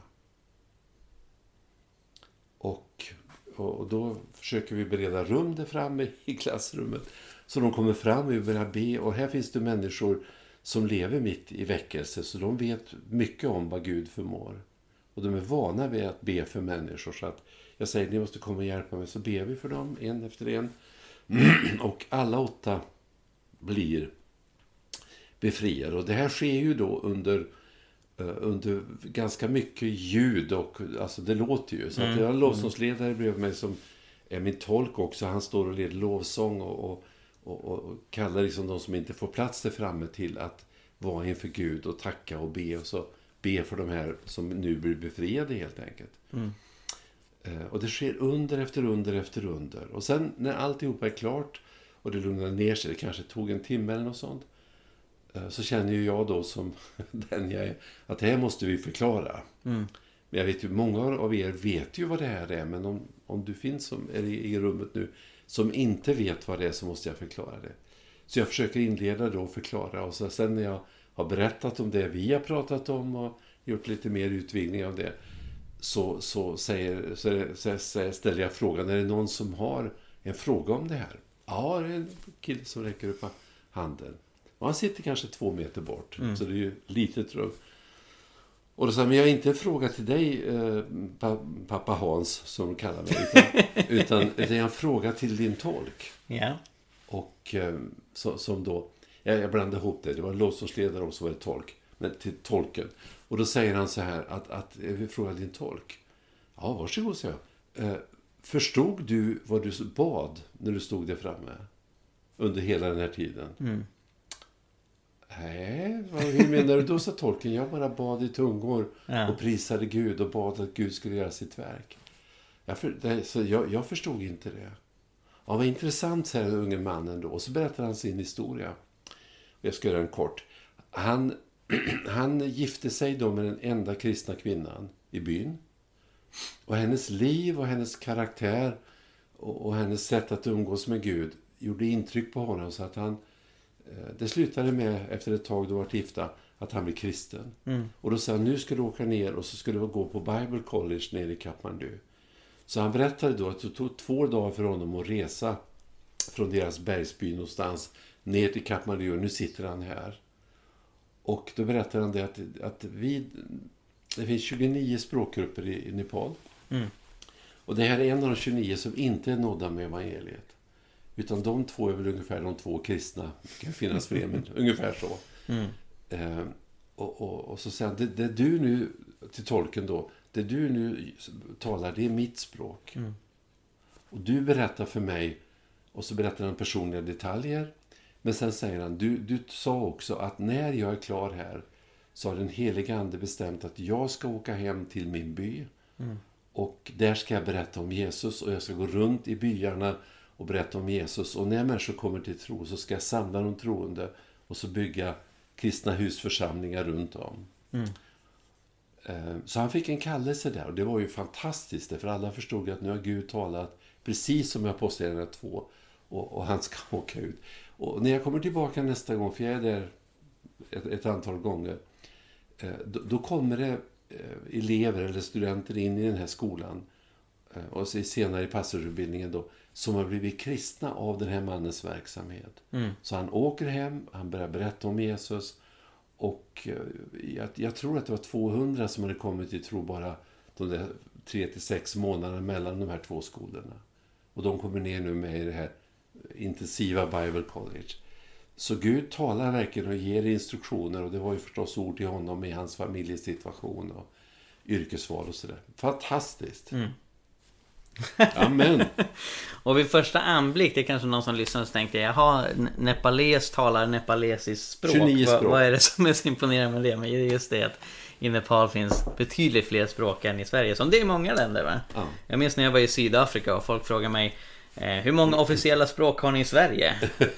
Och, och då försöker vi bereda rum där framme i klassrummet. Så de kommer fram och vi börjar be. Och här finns det människor som lever mitt i väckelse. Så de vet mycket om vad Gud förmår. Och de är vana vid att be för människor. Så att jag säger, ni måste komma och hjälpa mig. Så ber vi för dem, en efter en. Och alla åtta blir befriade. Och det här sker ju då under, uh, under ganska mycket ljud. Och, alltså det låter ju. Så mm. att jag har en lovsångsledare bredvid mig som är min tolk också. Han står och leder lovsång och, och, och, och kallar liksom de som inte får plats där framme till att vara inför Gud och tacka och be. Och så be för de här som nu blir befriade helt enkelt. Mm. Uh, och det sker under efter under efter under. Och sen när alltihopa är klart och det lugnar ner sig, det kanske tog en timme eller något sånt. Så känner ju jag då som den jag är att det här måste vi förklara. Mm. Men jag vet ju, många av er vet ju vad det här är. Men om, om du finns som är i, i rummet nu som inte vet vad det är så måste jag förklara det. Så jag försöker inleda då och förklara. Och så sen när jag har berättat om det vi har pratat om och gjort lite mer utvidgning av det. Så, så, säger, så, så ställer jag frågan, är det någon som har en fråga om det här? Ja, det är en kille som räcker upp handen. Och han sitter kanske två meter bort. Mm. Så det är ju litet rum. Och då sa han, men jag har inte en fråga till dig, eh, pappa Hans, som de kallar mig. Utan, utan det är en fråga till din tolk. Ja. Och eh, så, som då, jag, jag blandade ihop det. Det var lovsångsledare och så var det tolk. Men till tolken. Och då säger han så här, att, att jag vill fråga din tolk. Ja, varsågod, säger jag. Eh, förstod du vad du bad när du stod där framme? Under hela den här tiden? Mm. Nej, vad menar du då, sa tolken? Jag bara bad i tungor ja. och prisade Gud och bad att Gud skulle göra sitt verk. Jag, för, det, så jag, jag förstod inte det. Ja, vad intressant, säger den unge mannen då. Och så berättar han sin historia. Jag ska göra den kort. Han, han gifte sig då med den enda kristna kvinnan i byn. Och hennes liv och hennes karaktär och, och hennes sätt att umgås med Gud gjorde intryck på honom, så att han, det slutade med, efter ett tag då var gifta, att han blev kristen. Mm. Och då sa han, nu ska du åka ner och så skulle du gå på Bible College nere i Kathmandu. Så han berättade då att det tog två dagar för honom att resa från deras bergsby någonstans ner till Kathmandu, och nu sitter han här. Och då berättade han det att, att vi, det finns tjugonio språkgrupper i, i Nepal. Mm. Och det här är en av de tjugonio som inte är nådda med evangeliet. Utan de två är väl ungefär de två kristna. Det kan finnas fler, men ungefär så. Mm. Eh, och, och, och så säger han, det, det du nu, till tolken då, det du nu talar, det är mitt språk. Mm. Och du berättar för mig, och så berättar han personliga detaljer. Men sen säger han, du, du sa också att när jag är klar här så har den heliga ande bestämt att jag ska åka hem till min by. Mm. Och där ska jag berätta om Jesus, och jag ska gå runt i byarna och berätta om Jesus. Och när människor kommer till tro så ska jag samla de troende och så bygga kristna husförsamlingar runt om. Mm. Så han fick en kallelse där, och det var ju fantastiskt, för alla förstod att nu har Gud talat precis som i Apostlagärningarna två, och, och han ska åka ut. Och när jag kommer tillbaka nästa gång, för jag är där ett, ett antal gånger, då, då kommer det elever eller studenter in i den här skolan, och senare i pastorsutbildningen då, som har blivit kristna av den här mannens verksamhet. Mm. Så han åker hem, han börjar berätta om Jesus, och jag, jag tror att det var tvåhundra som hade kommit till tro bara de där tre till sex månaderna mellan de här två skolorna. Och de kommer ner nu med i det här intensiva Bible College. Så Gud talar verkligen och ger instruktioner, och det var ju förstås ord till honom i hans familjesituation och yrkesval och sådär. Fantastiskt. Mm. Amen. Och vid första anblick, det är kanske någon som lyssnar och tänkte, jaha, nepales talar nepalesiskt språk. tjugonio språk. Vad, vad är det som är så imponerande med det? Men just det att i Nepal finns betydligt fler språk än i Sverige, som det är i många länder, va? Ja. Jag minns när jag var i Sydafrika och folk frågade mig, eh, hur många officiella språk har ni i Sverige?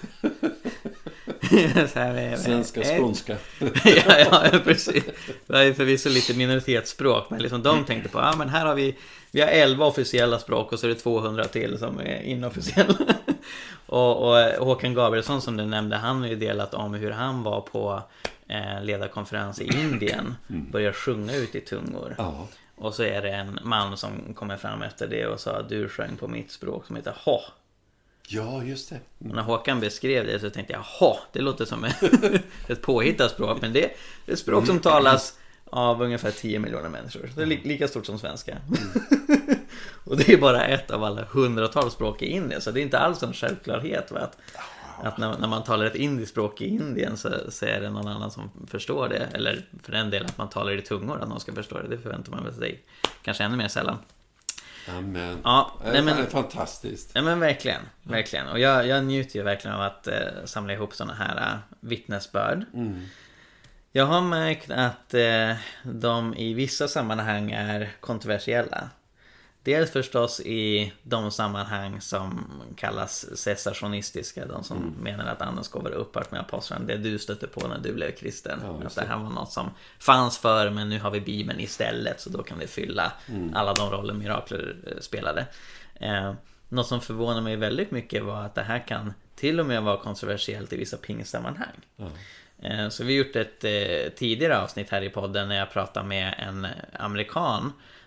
Så här, svenska, skånska. ja, ja, precis. Det är förvisso lite minoritetsspråk, men liksom de tänkte på, ja, men här har vi vi har elva officiella språk och så är det tvåhundra till som är inofficiella. och, och Håkan Gabrielsson som du nämnde, han har ju delat om hur han var på eh, ledarkonferens i Indien, mm. börjar sjunga ut i tungor. Ja. Och så är det en man som kommer fram efter det och sa, du sjöng på mitt språk, som heter Ho. Ja, just det. Mm. Och när Håkan beskrev det så tänkte jag, jaha, det låter som ett påhittat språk. Men det är ett språk som talas av ungefär tio miljoner människor. Det är li- lika stort som svenska. Mm. Och det är bara ett av alla hundratals språk i Indien. Så det är inte alls en självklarhet, va? Att, att när, när man talar ett indiskt språk i Indien så, så är det någon annan som förstår det. Eller för den delen att man talar i tungor, att någon ska förstå det. Det förväntar man väl sig kanske ännu mer sällan. Amen. Ja, nej, men, det är fantastiskt. Ja, men verkligen, verkligen. Och jag, jag njuter ju verkligen av att eh, samla ihop såna här eh, vittnesbörd. Mm. Jag har märkt att eh, de i vissa sammanhang är kontroversiella. Dels förstås i de sammanhang som kallas cessationistiska. De som mm. menar att anden ska vara upphört med apostlarna. Det du stötte på när du blev kristen. Ja, att det här var något som fanns för, men nu har vi Bibeln istället. Så då kan vi fylla mm. alla de roller mirakler spelade. Eh, något som förvånar mig väldigt mycket var att det här kan till och med vara kontroversiellt i vissa pingstsammanhang. Ja. Eh, så vi har gjort ett eh, tidigare avsnitt här i podden när jag pratade med en amerikan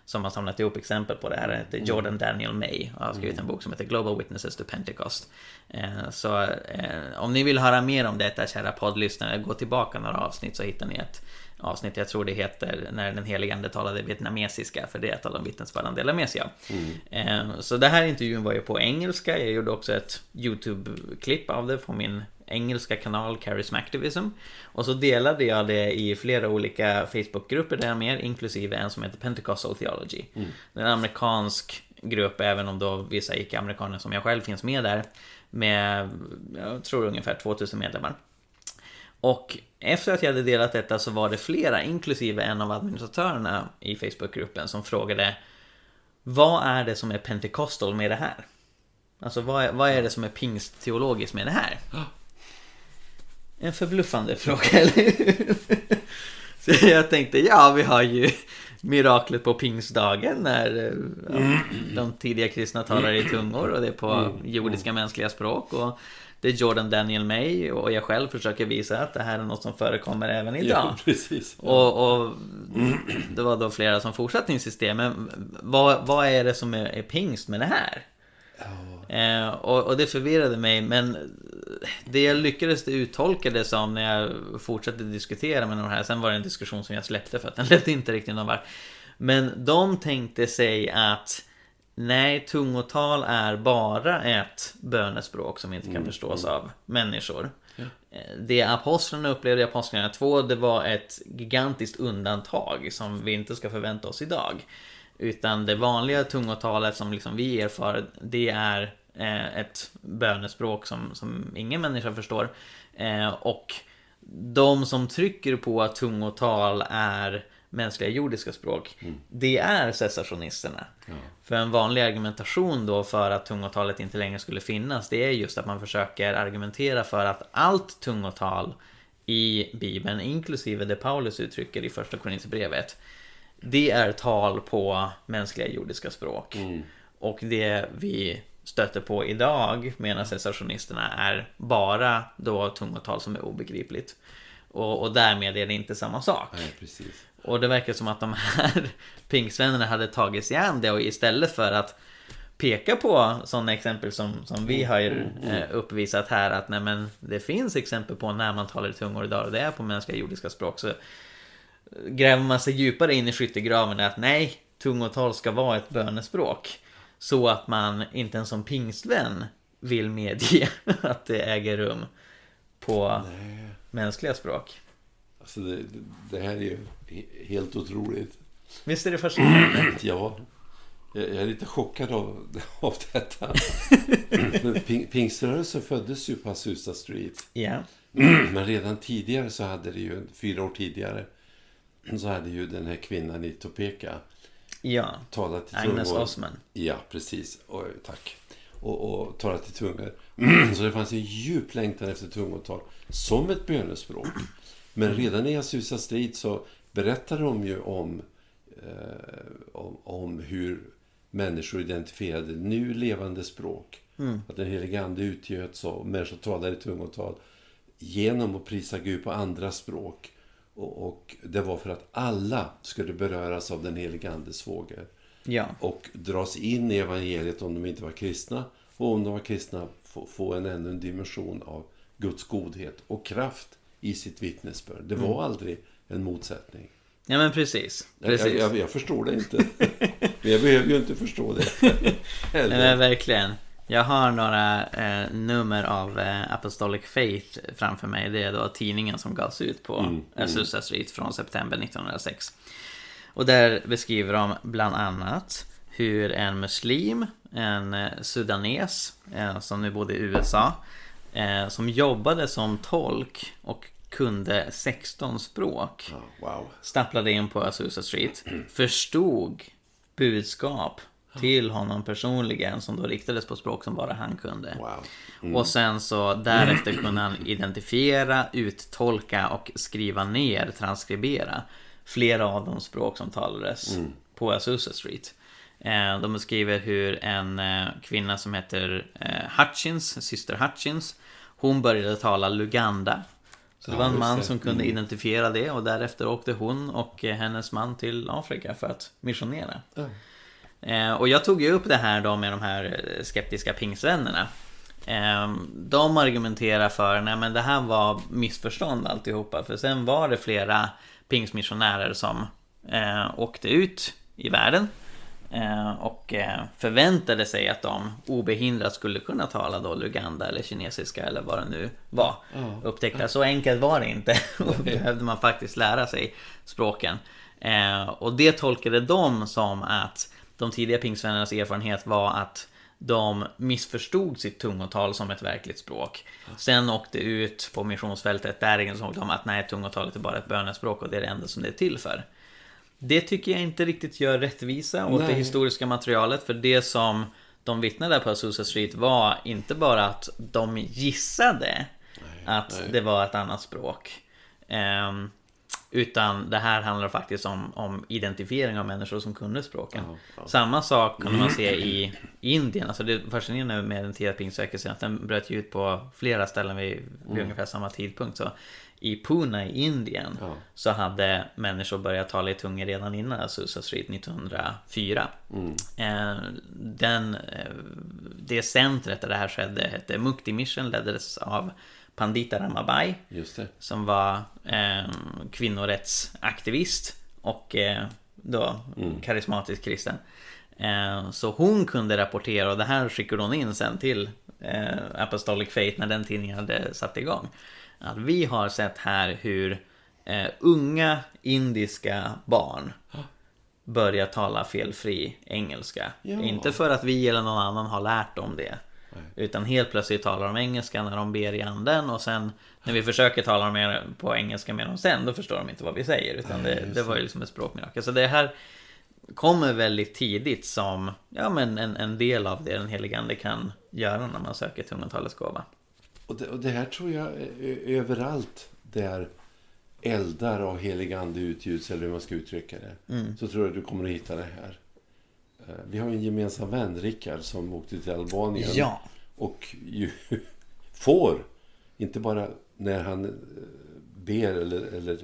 som har samlat ihop exempel på det här. Det heter Jordan Daniel May och har skrivit en bok som heter Global Witnesses to Pentecost. Eh, så eh, om ni vill höra mer om detta, kära poddlyssnare, gå tillbaka några avsnitt så hittar ni ett avsnitt, jag tror det heter När den helige ande talade vietnamesiska, för det är ett av de vittnesbörd han delar med sig av. Mm. Eh, så det här intervjun var ju på engelska. Jag gjorde också ett YouTube-klipp av det på min engelska kanal Charismactivism, och så delade jag det i flera olika Facebookgrupper där mer, inklusive en som heter Pentecostal Theology. Mm. Det är en amerikansk grupp, även om då vissa icke-amerikaner som jag själv finns med där, med jag tror ungefär tvåtusen medlemmar. Och efter att jag hade delat detta så var det flera, inklusive en av administratörerna i Facebookgruppen, som frågade: vad är det som är pentekostal med det här? Alltså vad är, vad är det som är pingstteologiskt med det här? En förbluffande fråga, eller hur? Så jag tänkte, ja, vi har ju miraklet på pingstdagen när ja, de tidiga kristna talar i tungor, och det är på jordiska mänskliga språk, och det är Jordan Daniel May och jag själv försöker visa att det här är något som förekommer även idag. Ja, precis. Ja. Och, och det var då flera som fortsatte insistera, men vad, vad är det som är, är pingst med det här? Oh. Eh, och, och det förvirrade mig, men det jag lyckades uttolka det som när jag fortsatte diskutera med de här, sen var det en diskussion som jag släppte för att den ledde inte riktigt någon vart. Men de tänkte sig att nej, tungotal är bara ett bönespråk som inte kan mm, förstås mm. av människor. Ja. Det apostlarna upplevde i Apostlarna två, det var ett gigantiskt undantag som vi inte ska förvänta oss idag. Utan det vanliga tungotalet som liksom vi erfar, det är eh, ett bönespråk som, som ingen människa förstår. Eh, och de som trycker på att tungotal är mänskliga jordiska språk, mm. det är cessationisterna. Ja. För en vanlig argumentation då för att tungotalet inte längre skulle finnas, det är just att man försöker argumentera för att allt tungotal i Bibeln, inklusive det Paulus uttrycker i första Korinthierbrevet, det är tal på mänskliga jordiska språk. Mm. Och det vi stöter på idag, menar cessationisterna, är bara då tungotal som är obegripligt. Och, och därmed är det inte samma sak. Nej, precis. Och det verkar som att de här pingsvännerna hade tagit sig an det, och istället för att peka på sådana exempel som, som vi har eh, uppvisat här, att nej, men det finns exempel på när man talar i tungor idag och det är på mänskliga jordiska språk, så gräver man sig djupare in i skyttegraven att nej, tungotal ska vara ett bönespråk, så att man inte ens som pingstvän vill medge att det äger rum på nej. mänskliga språk. Alltså det, det här är ju helt otroligt. Visst är det fascinerande? Ja, jag är lite chockad av, av detta. Ping, pingströrelsen föddes ju på Azusa Street. Ja. Men redan tidigare så hade det ju, fyra år tidigare, så hade ju den här kvinnan i Topeka ja. talat i Agnes tungor. Osman. Ja, precis. Och, tack. Och, och talat i tungor. Så det fanns en djup längtan efter tungotal som ett bönesspråk. Men redan i Azusa Street så berättar de ju om, eh, om, om hur människor identifierade nu levande språk. Mm. Att den helige ande utgöts och människor talar i tungotal genom att prisa Gud på andra språk. Och, och det var för att alla skulle beröras av den helige andes svåger. Ja. Och dras in i evangeliet om de inte var kristna. Och om de var kristna få, få en ännu en dimension av Guds godhet och kraft i sitt vittnesbörd. Det var mm. aldrig en motsättning. Ja, men precis. precis. Jag, jag, jag förstår det inte. Men jag behöver ju inte förstå det. Nej, men verkligen. Jag har några eh, nummer av eh, Apostolic Faith framför mig. Det är då tidningen som gavs ut på mm, Azusa Street från september nittonhundrasex. Och där beskriver de bland annat hur en muslim, en eh, sudanes eh, som nu bodde i U S A, eh, som jobbade som tolk och kunde sexton språk, oh, wow. stapplade in på Azusa Street, förstod budskap till honom personligen som då riktades på språk som bara han kunde. Wow. Mm. Och sen så därefter kunde han identifiera, uttolka och skriva ner, transkribera flera av de språk som talades mm. på Azusa Street. Eh, de beskriver hur en eh, kvinna som heter eh, Hutchins, syster Hutchins, hon började tala Luganda, Så det ja, var en man det. som kunde mm. identifiera det, och därefter åkte hon och hennes man till Afrika för att missionera. Ja. Eh, och jag tog ju upp det här då med de här skeptiska pingsvännerna. Eh, de argumenterar för, nej men det här var missförstånd alltihopa. För sen var det flera pingsmissionärer som eh, åkte ut i världen eh, och eh, förväntade sig att de obehindrat skulle kunna tala då Luganda eller kinesiska eller vad det nu var. Ja. Upptäckta, så enkelt var det inte. Och behövde man faktiskt lära sig språken. Eh, och det tolkade de som att de tidiga pingsvännernas erfarenhet var att de missförstod sitt tungotal som ett verkligt språk. Sen åkte ut på missionsfältet, där insåg de att nej, tungotalet är bara ett bönespråk och det är det enda som det är till för. Det tycker jag inte riktigt gör rättvisa åt nej. det historiska materialet, för det som de vittnade på Azusa Street var inte bara att de gissade nej, att nej. det var ett annat språk. Um, Utan det här handlar faktiskt om, om identifiering av människor som kunde språken. Ja, ja. Samma sak kan man se i Indien. Alltså det fascinerande med den tidiga pingstväckelsen att den bröt ut på flera ställen vid, vid mm. ungefär samma tidpunkt. Så i Pune i Indien ja. så hade människor börjat tala i tungor redan innan Azusa Street nittonhundrafyra. Mm. Den, det centret där det här skedde hette Mukti Mission, leddes av Pandita Ramabai, Just det. som var eh, kvinnorättsaktivist och eh, då mm. karismatisk kristen. Eh, så hon kunde rapportera, och det här skickade hon in sen till eh, Apostolic Faith när den tidningen hade satt igång. Att vi har sett här hur eh, unga indiska barn börjar tala felfri engelska. Ja. Inte för att vi eller någon annan har lärt dem det. Utan helt plötsligt talar de engelska när de ber i anden, och sen när vi försöker tala med, på engelska med dem sen, då förstår de inte vad vi säger, utan det, det var ju liksom ett språkmirakel. Så det här kommer väldigt tidigt som ja, men en, en del av det den helige ande kan göra när man söker tungotalets gåva. Och det, och det här tror jag är överallt där eldar av helige ande utgjuts, eller hur man ska uttrycka det. Mm. Så tror jag du kommer att hitta det här. Vi har en gemensam vän, Rickard, som åkte till Albanien ja. och ju får, inte bara när han ber eller, eller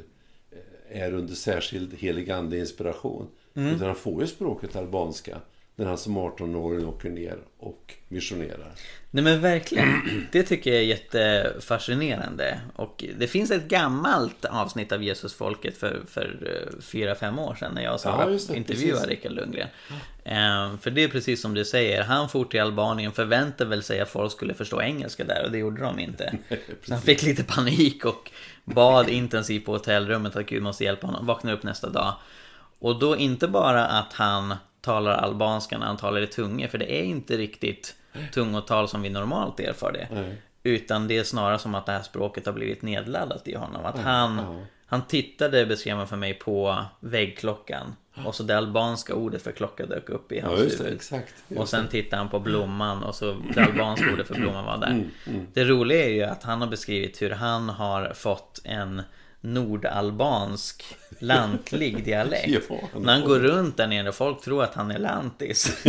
är under särskild helig ande inspiration, mm. utan han får ju språket albanska när han som arton-åring åker ner och missionerar. Nej men verkligen, det tycker jag är jättefascinerande. Och det finns ett gammalt avsnitt av Jesusfolket för, för fyra, fem år sedan när jag ja, det, intervjuade Rickard Lundgren. Um, för det är precis som du säger, han for till Albanien, förväntade väl sig att folk skulle förstå engelska där, och det gjorde de inte. Så han fick lite panik och bad intensivt på hotellrummet att Gud måste hjälpa honom. Vaknade upp nästa dag. Och då inte bara att han talar albanska när han talar i tungor, för det är inte riktigt tungotal som vi normalt erfar det. Nej. Utan det är snarare som att det här språket har blivit nedladdat i honom. Att han, ja. han tittade, beskrev man för mig, på väggklockan. Och så det albanska ordet för klocka dök upp i hans ja, just det, huvud. exakt. Och sen tittade han på blomman, och så det albanska ordet för blomman var där. Mm, mm. Det roliga är ju att han har beskrivit hur han har fått en nordalbansk lantlig dialekt. Ja, han när han går runt där nere och folk tror att han är lantis.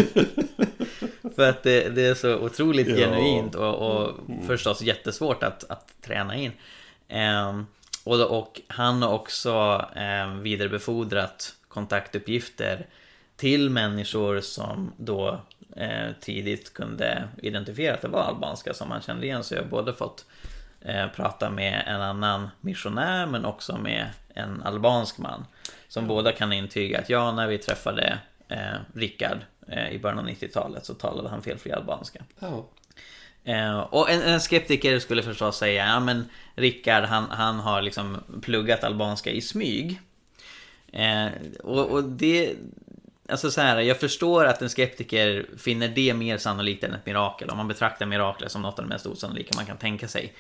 För att det, det är så otroligt ja. genuint och, och mm. förstås jättesvårt att, att träna in. Um, och, och han har också um, vidarebefordrat kontaktuppgifter till människor som då eh, tidigt kunde identifiera att det var albanska som man kände igen. Så jag har både fått eh, prata med en annan missionär, men också med en albansk man som mm. båda kan intyga att ja, när vi träffade eh, Rickard eh, i början av nittiotalet så talade han felfri albanska. Ja. Eh, och en, en skeptiker skulle förstås säga ja, men Rickard han, han har liksom pluggat albanska i smyg. Eh, och, och det, alltså så här, jag förstår att en skeptiker finner det mer sannolikt än ett mirakel, om man betraktar mirakler som något av det mest osannolika man kan tänka sig.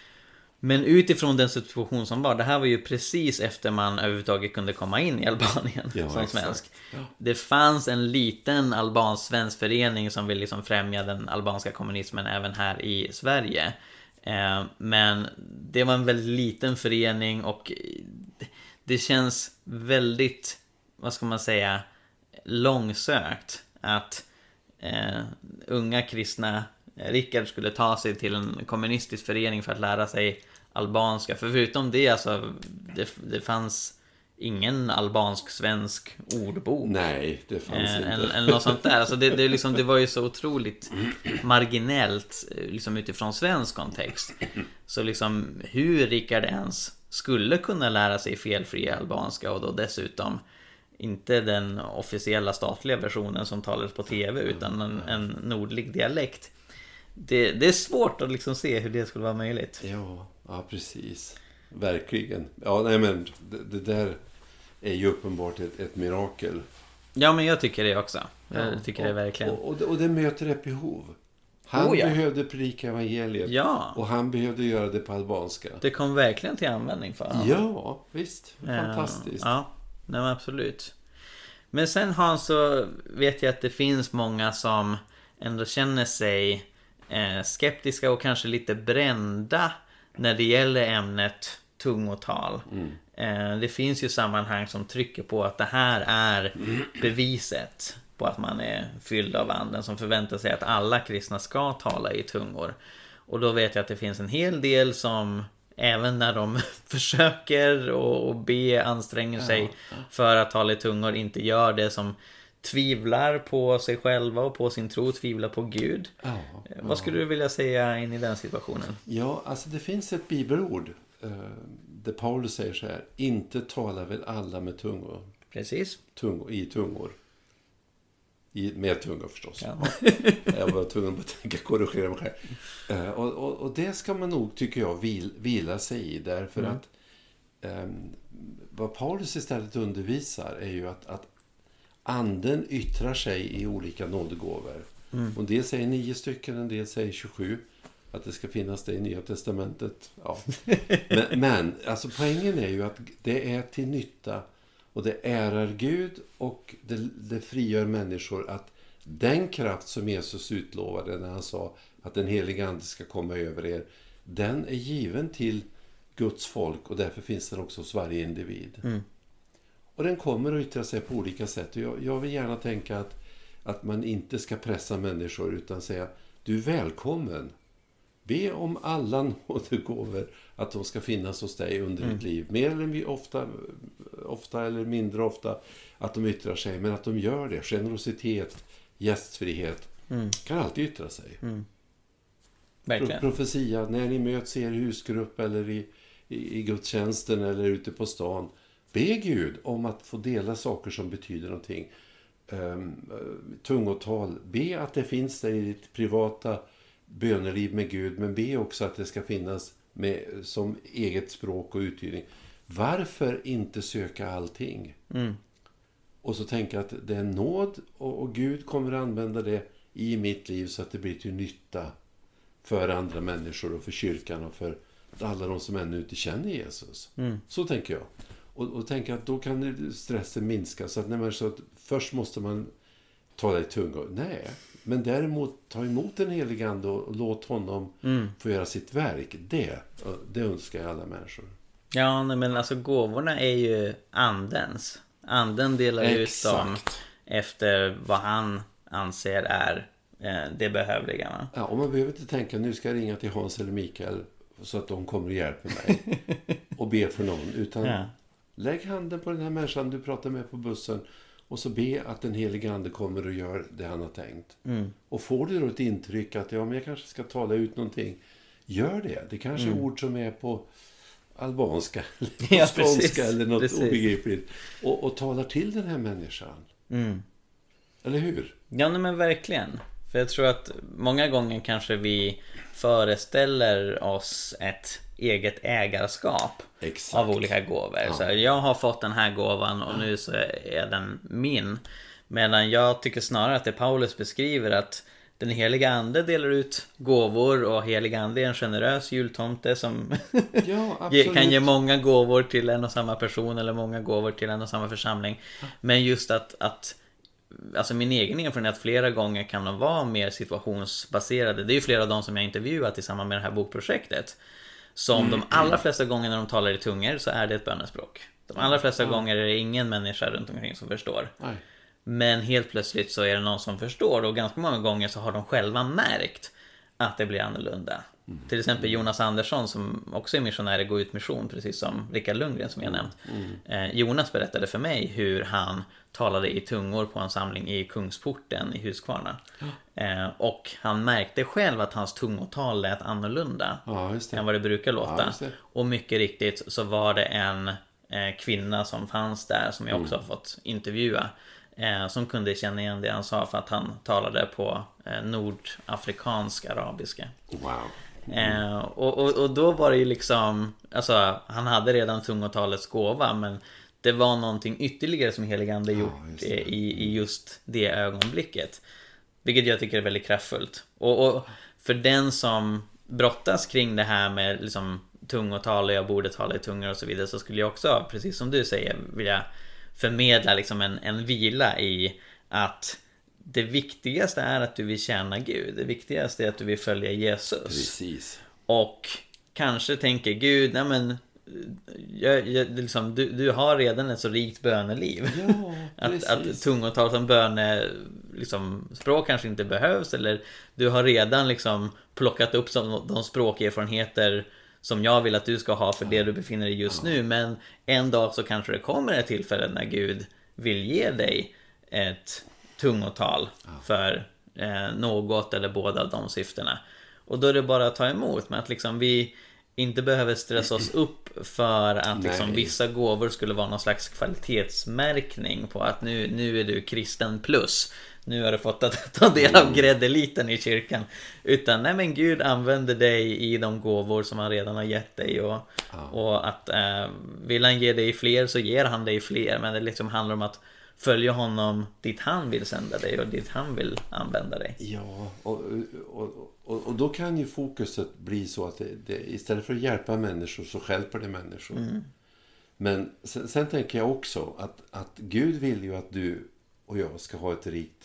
Men utifrån den situation som var, det här var ju precis efter man överhuvudtaget kunde komma in i Albanien ja, som svensk. Ja. Det fanns en liten albansk-svensk förening som vill liksom främja den albanska kommunismen även här i Sverige. Eh, men det var en väldigt liten förening, och det känns väldigt, vad ska man säga, långsökt att eh, unga kristna Rickard skulle ta sig till en kommunistisk förening för att lära sig albanska. För förutom det, alltså, det, det fanns ingen albansk-svensk ordbok. Nej, det fanns eh, inte. Eller, eller något sånt där. Alltså det, det, liksom, det var ju så otroligt marginellt liksom, utifrån svensk kontext. Så liksom, hur Rickard ens skulle kunna lära sig felfri albanska och då dessutom inte den officiella statliga versionen som talades på tv utan en, en nordlig dialekt. Det, det är svårt att liksom se hur det skulle vara möjligt. Ja, ja precis. Verkligen. Ja, nej men det, det där är ju uppenbart ett, ett mirakel. Ja, men jag tycker det också. Jag ja, tycker och, det verkligen. Och, och, det, och det möter ett behov. Han oh, ja. behövde predika evangeliet. Ja. Och han behövde göra det på albanska. Det kom verkligen till användning för honom. Ja, visst. Fantastiskt. Ja, nej, men absolut. Men sen Hans, så vet jag att det finns många som ändå känner sig eh, skeptiska och kanske lite brända när det gäller ämnet tungotal. Mm. Eh, det finns ju sammanhang som trycker på att det här är beviset på att man är fylld av anden, som förväntar sig att alla kristna ska tala i tungor. Och då vet jag att det finns en hel del som även när de försöker och be, anstränger sig ja. för att tala i tungor, inte gör det, som tvivlar på sig själva och på sin tro, tvivlar på Gud. Ja, ja. Vad skulle du vilja säga in i den situationen? Ja, alltså det finns ett bibelord eh, där Paulus säger så här: inte talar väl alla med tungor. Precis. Tungor, i tungor. I, med tungor förstås. Ja. Jag var tvungen att tänka, korrigera mig själv. Uh, och, och, och det ska man nog, tycker jag, vil, vila sig i. Därför mm. att um, vad Paulus istället undervisar är ju att, att anden yttrar sig i olika nådegåvor. Mm. Och det säger nio stycken, en del säger tjugosju. Att det ska finnas det i Nya Testamentet. Ja. men, men alltså poängen är ju att det är till nytta. Och det ärar Gud och det, det frigör människor, att den kraft som Jesus utlovade när han sa att den heliga ande ska komma över er, den är given till Guds folk och därför finns den också hos varje individ. Mm. Och den kommer att yttra sig på olika sätt. Och jag, jag vill gärna tänka att, att man inte ska pressa människor utan säga: du är välkommen. Be om alla nådegåvor att de ska finnas hos dig under mm. ditt liv. Mer eller ofta, ofta eller mindre ofta att de yttrar sig. Men att de gör det. Generositet, gästfrihet mm. kan alltid yttra sig. Mm. Verkligen. Profetia, när ni möts i er husgrupp eller i, i, i gudstjänsten eller ute på stan. Be Gud om att få dela saker som betyder någonting. Um, tungotal. Be att det finns där i ditt privata böneliv med Gud, men be också att det ska finnas med, som eget språk och uttydning. Varför inte söka allting? Mm. Och så tänka att det är nåd och, och Gud kommer att använda det i mitt liv så att det blir till nytta för andra människor och för kyrkan och för alla de som ännu inte känner Jesus. Mm. Så tänker jag. Och, och tänka att då kan stressen minska, så att när man så att först måste man tala i tungor. Nej, men däremot ta emot den helige ande och låt honom mm. få göra sitt verk. Det, det önskar jag alla människor. Ja, men alltså gåvorna är ju andens. Anden delar Exakt. ut dem efter vad han anser är eh, det behövliga. Va? Ja, och man behöver inte tänka nu ska jag ringa till Hans eller Mikael så att de kommer och hjälper mig och be för någon. Utan ja. lägg handen på den här människan du pratar med på bussen och så be att den heliga ande kommer och gör det han har tänkt. Mm. Och får du då ett intryck att ja, men jag kanske ska tala ut någonting, gör det. Det kanske är mm. ord som är på albanska eller ja, skånska eller något precis. obegripligt. Och, och talar till den här människan. Mm. Eller hur? Ja, men verkligen. För jag tror att många gånger kanske vi föreställer oss ett eget ägarskap Exakt. av olika gåvor. Ja. Så jag har fått den här gåvan och ja. nu så är den min. Medan jag tycker snarare att det Paulus beskriver, att den heliga ande delar ut gåvor och heliga ande är en generös jultomte som ja, kan ge många gåvor till en och samma person eller många gåvor till en och samma församling. Ja. Men just att, att alltså min egen erfarenhet flera gånger kan de vara mer situationsbaserade. Det är ju flera av dem som jag intervjuat i samband med det här bokprojektet. Som mm. de allra flesta gånger när de talar i tungor så är det ett bönespråk. De allra flesta mm. gånger är det ingen människa runt omkring som förstår. Nej. Men helt plötsligt så är det någon som förstår. Och ganska många gånger så har de själva märkt att det blir annorlunda. Mm. Till exempel Jonas Andersson som också är missionär i Gå ut mission, precis som Rickard Lundgren som jag nämnt. Mm. Eh, Jonas berättade för mig hur han talade i tungor på en samling i Kungsporten i Huskvarna. Mm. Eh, och han märkte själv att hans tungotal lät annorlunda ja, just det. än vad det brukar låta. Ja, det. Och mycket riktigt så var det en eh, kvinna som fanns där som jag också mm. har fått intervjua. Eh, som kunde känna igen det han sa för att han talade på eh, nordafrikansk arabiska. Wow. Eh, och, och, och då var det ju liksom, alltså han hade redan tungotalets gåva, men det var någonting ytterligare som heligande gjort ja, i, i just det ögonblicket, vilket jag tycker är väldigt kraftfullt. Och, och för den som brottas kring det här med liksom tungotal och jag borde tala i tungor och så vidare, så skulle jag också, precis som du säger, vilja förmedla liksom en, en vila i att det viktigaste är att du vill tjäna Gud. Det viktigaste är att du vill följa Jesus. Precis. Och kanske tänker Gud, nej men jag, jag, liksom, du, du har redan ett så rikt böneliv. Ja, att, att tungotal som böne liksom, språk kanske inte behövs, eller du har redan liksom plockat upp som, de språkerfarenheter som jag vill att du ska ha för det du befinner dig just nu. Men en dag så kanske det kommer ett tillfälle när Gud vill ge dig ett tungotal för eh, något eller båda av de syftena. Och då är det bara att ta emot, med att liksom vi inte behöver stressa oss upp för att liksom vissa gåvor skulle vara någon slags kvalitetsmärkning på att nu, nu är du kristen plus. Nu har du fått att ta del av gräddeliten i kyrkan. Utan nej, men Gud använder dig i de gåvor som han redan har gett dig. Och, ja. och att eh, vill han ge dig fler så ger han dig fler. Men det liksom handlar om att följa honom dit han vill sända dig och dit han vill använda dig. Ja, och, och, och, och då kan ju fokuset bli så att det, det, istället för att hjälpa människor så hjälper det människor. Mm. Men sen, sen tänker jag också att, att Gud vill ju att du och jag ska ha ett rikt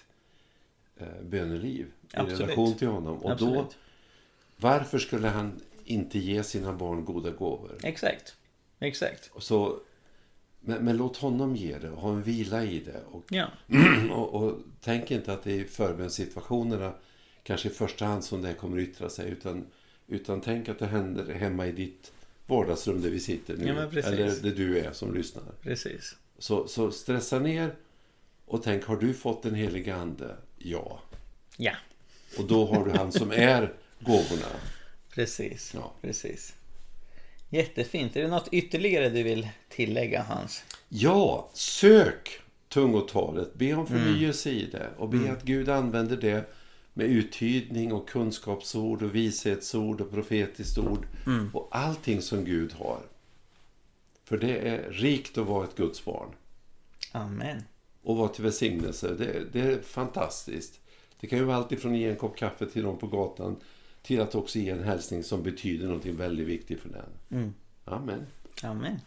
eh, böneliv i Absolut. relation till honom. Och Absolut. då, varför skulle han inte ge sina barn goda gåvor? Exakt, exakt. Så, men, men låt honom ge det och ha en vila i det. Och, ja. och, och tänk inte att det är i förbönssituationerna kanske i första hand som det kommer yttra sig, utan, utan tänk att det händer hemma i ditt vardagsrum där vi sitter nu. Ja, eller där du är som lyssnar. Precis. Så, så stressa ner och tänk, har du fått en helig ande? Ja. Ja. Och då har du han som är gåvorna. Precis, ja. precis. Jättefint. Är det något ytterligare du vill tillägga, Hans? Ja, sök tungotalet. Be om förnyelse mm. i det. Och be mm. att Gud använder det med uttydning och kunskapsord och vishetsord och profetiskt ord. Mm. Och allting som Gud har. För det är rikt att vara ett Guds barn. Amen. Och vara till välsignelse. Det, det är fantastiskt. Det kan ju vara allt ifrån att ge en kopp kaffe till någon på gatan till att också ge en hälsning som betyder något väldigt viktigt för den. Mm. Amen. Amen.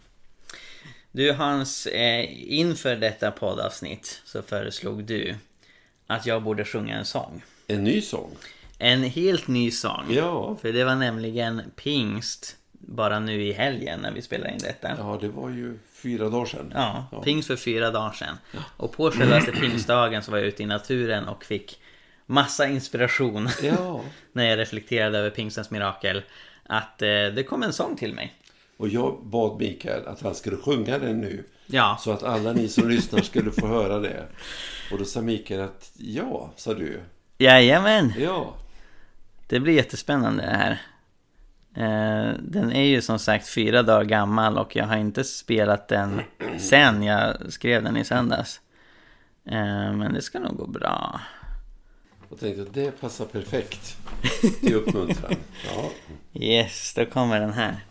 Du, Hans, eh, inför detta poddavsnitt så föreslog du att jag borde sjunga en sång. En ny sång? En helt ny sång. Ja. För det var nämligen pingst bara nu i helgen när vi spelade in detta. Ja, det var ju fyra dagar sedan. Ja, ja. Pingst för fyra dagar sedan. Ja. Och på självaste pingstdagen så var jag ute i naturen och fick massa inspiration. Ja. När jag reflekterade över pingstens mirakel. Att eh, det kom en sång till mig. Och jag bad Mikael att han skulle sjunga den nu. Ja. Så att alla ni som lyssnar skulle få höra det. Och då sa Mikael att ja, sa du. Jajamän. Ja. Det blir jättespännande det här. Eh, den är ju som sagt fyra dagar gammal och jag har inte spelat den sen jag skrev den i söndags. Eh, men det ska nog gå bra. Jag tänkte att det passar perfekt till uppmuntran. Ja. Yes, då kommer den här.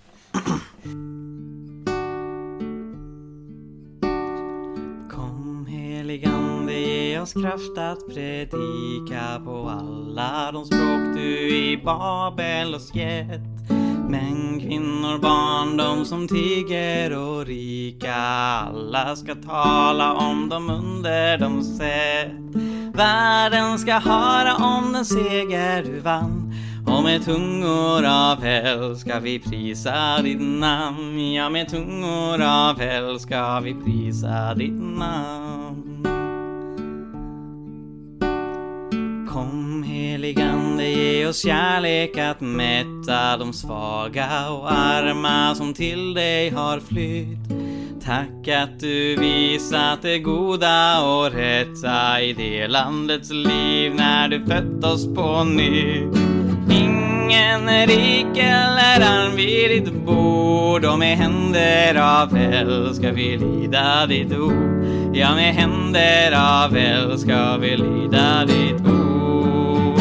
Kom heligande, ge oss kraft att predika på alla de språk du i Babel oss gett. Men kvinnor, barn, de som tiger och rika, alla ska tala om de under de sett. Världen ska höra om den seger du vann, och med tungor av hell ska vi prisa ditt namn. Ja, med tungor av hell ska vi prisa ditt namn. Kom heligande, ge oss kärlek att mätta de svaga och arma som till dig har flytt. Tack att du visat det goda och rätta i det landets liv när du fött oss på nytt. Ingen är rik eller arm vid ditt bord, och med händer av eld ska vi lida ditt ord. Ja, med händer av eld ska vi lida ditt ord.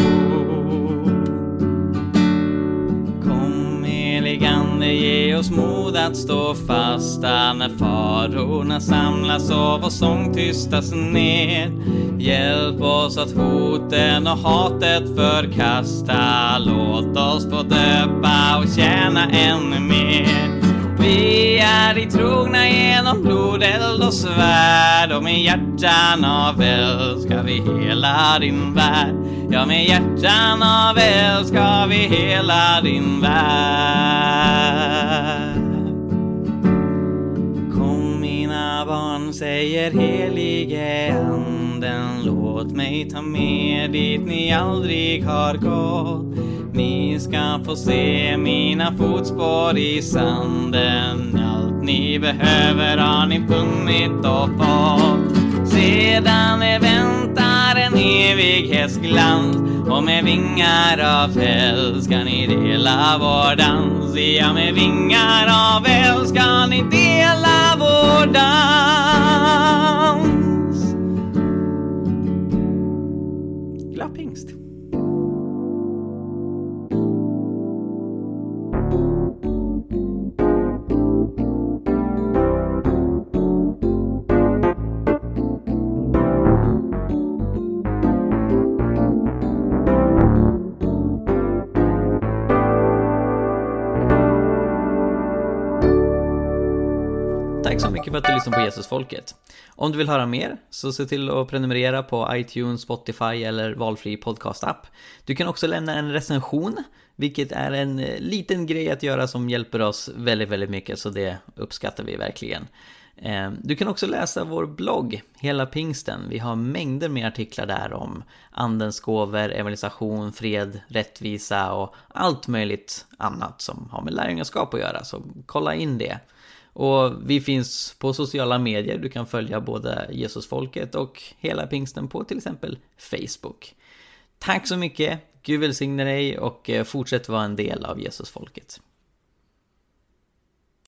Kom heligande, ge oss mod att stå fasta när farorna samlas och vår sång tystas ned. Hjälp oss att hoten och hatet förkasta. Låt oss få döpa och tjäna ännu mer. Vi är dig trogna genom blod, eld och svärd, och med hjärtan av eld ska vi hela din värld. Ja, med hjärtan av eld ska vi hela din värld. Kom mina barn, säger helige anden, låt mig ta med dit ni aldrig har gått. Ni ska få se mina fotspår i sanden. Allt ni behöver har ni funnit och fått. Sedan är väntar en evighetsglans, och med vingar av eld ska ni dela vår dans. Ja, med vingar av eld ska ni dela vår dans. Glad pingst. Tack så mycket för att du lyssnar på Jesusfolket. Om du vill höra mer så se till att prenumerera på iTunes, Spotify eller valfri podcastapp. Du kan också lämna en recension, vilket är en liten grej att göra som hjälper oss väldigt, väldigt mycket, så det uppskattar vi verkligen. Du kan också läsa vår blogg, Hela Pingsten. Vi har mängder med artiklar där om andens gåvor, evangelisation, fred, rättvisa och allt möjligt annat som har med lärjungaskap att göra, så kolla in det. Och vi finns på sociala medier. Du kan följa både Jesusfolket och Hela Pingsten på till exempel Facebook. Tack så mycket. Gud välsigne dig och fortsätt vara en del av Jesusfolket.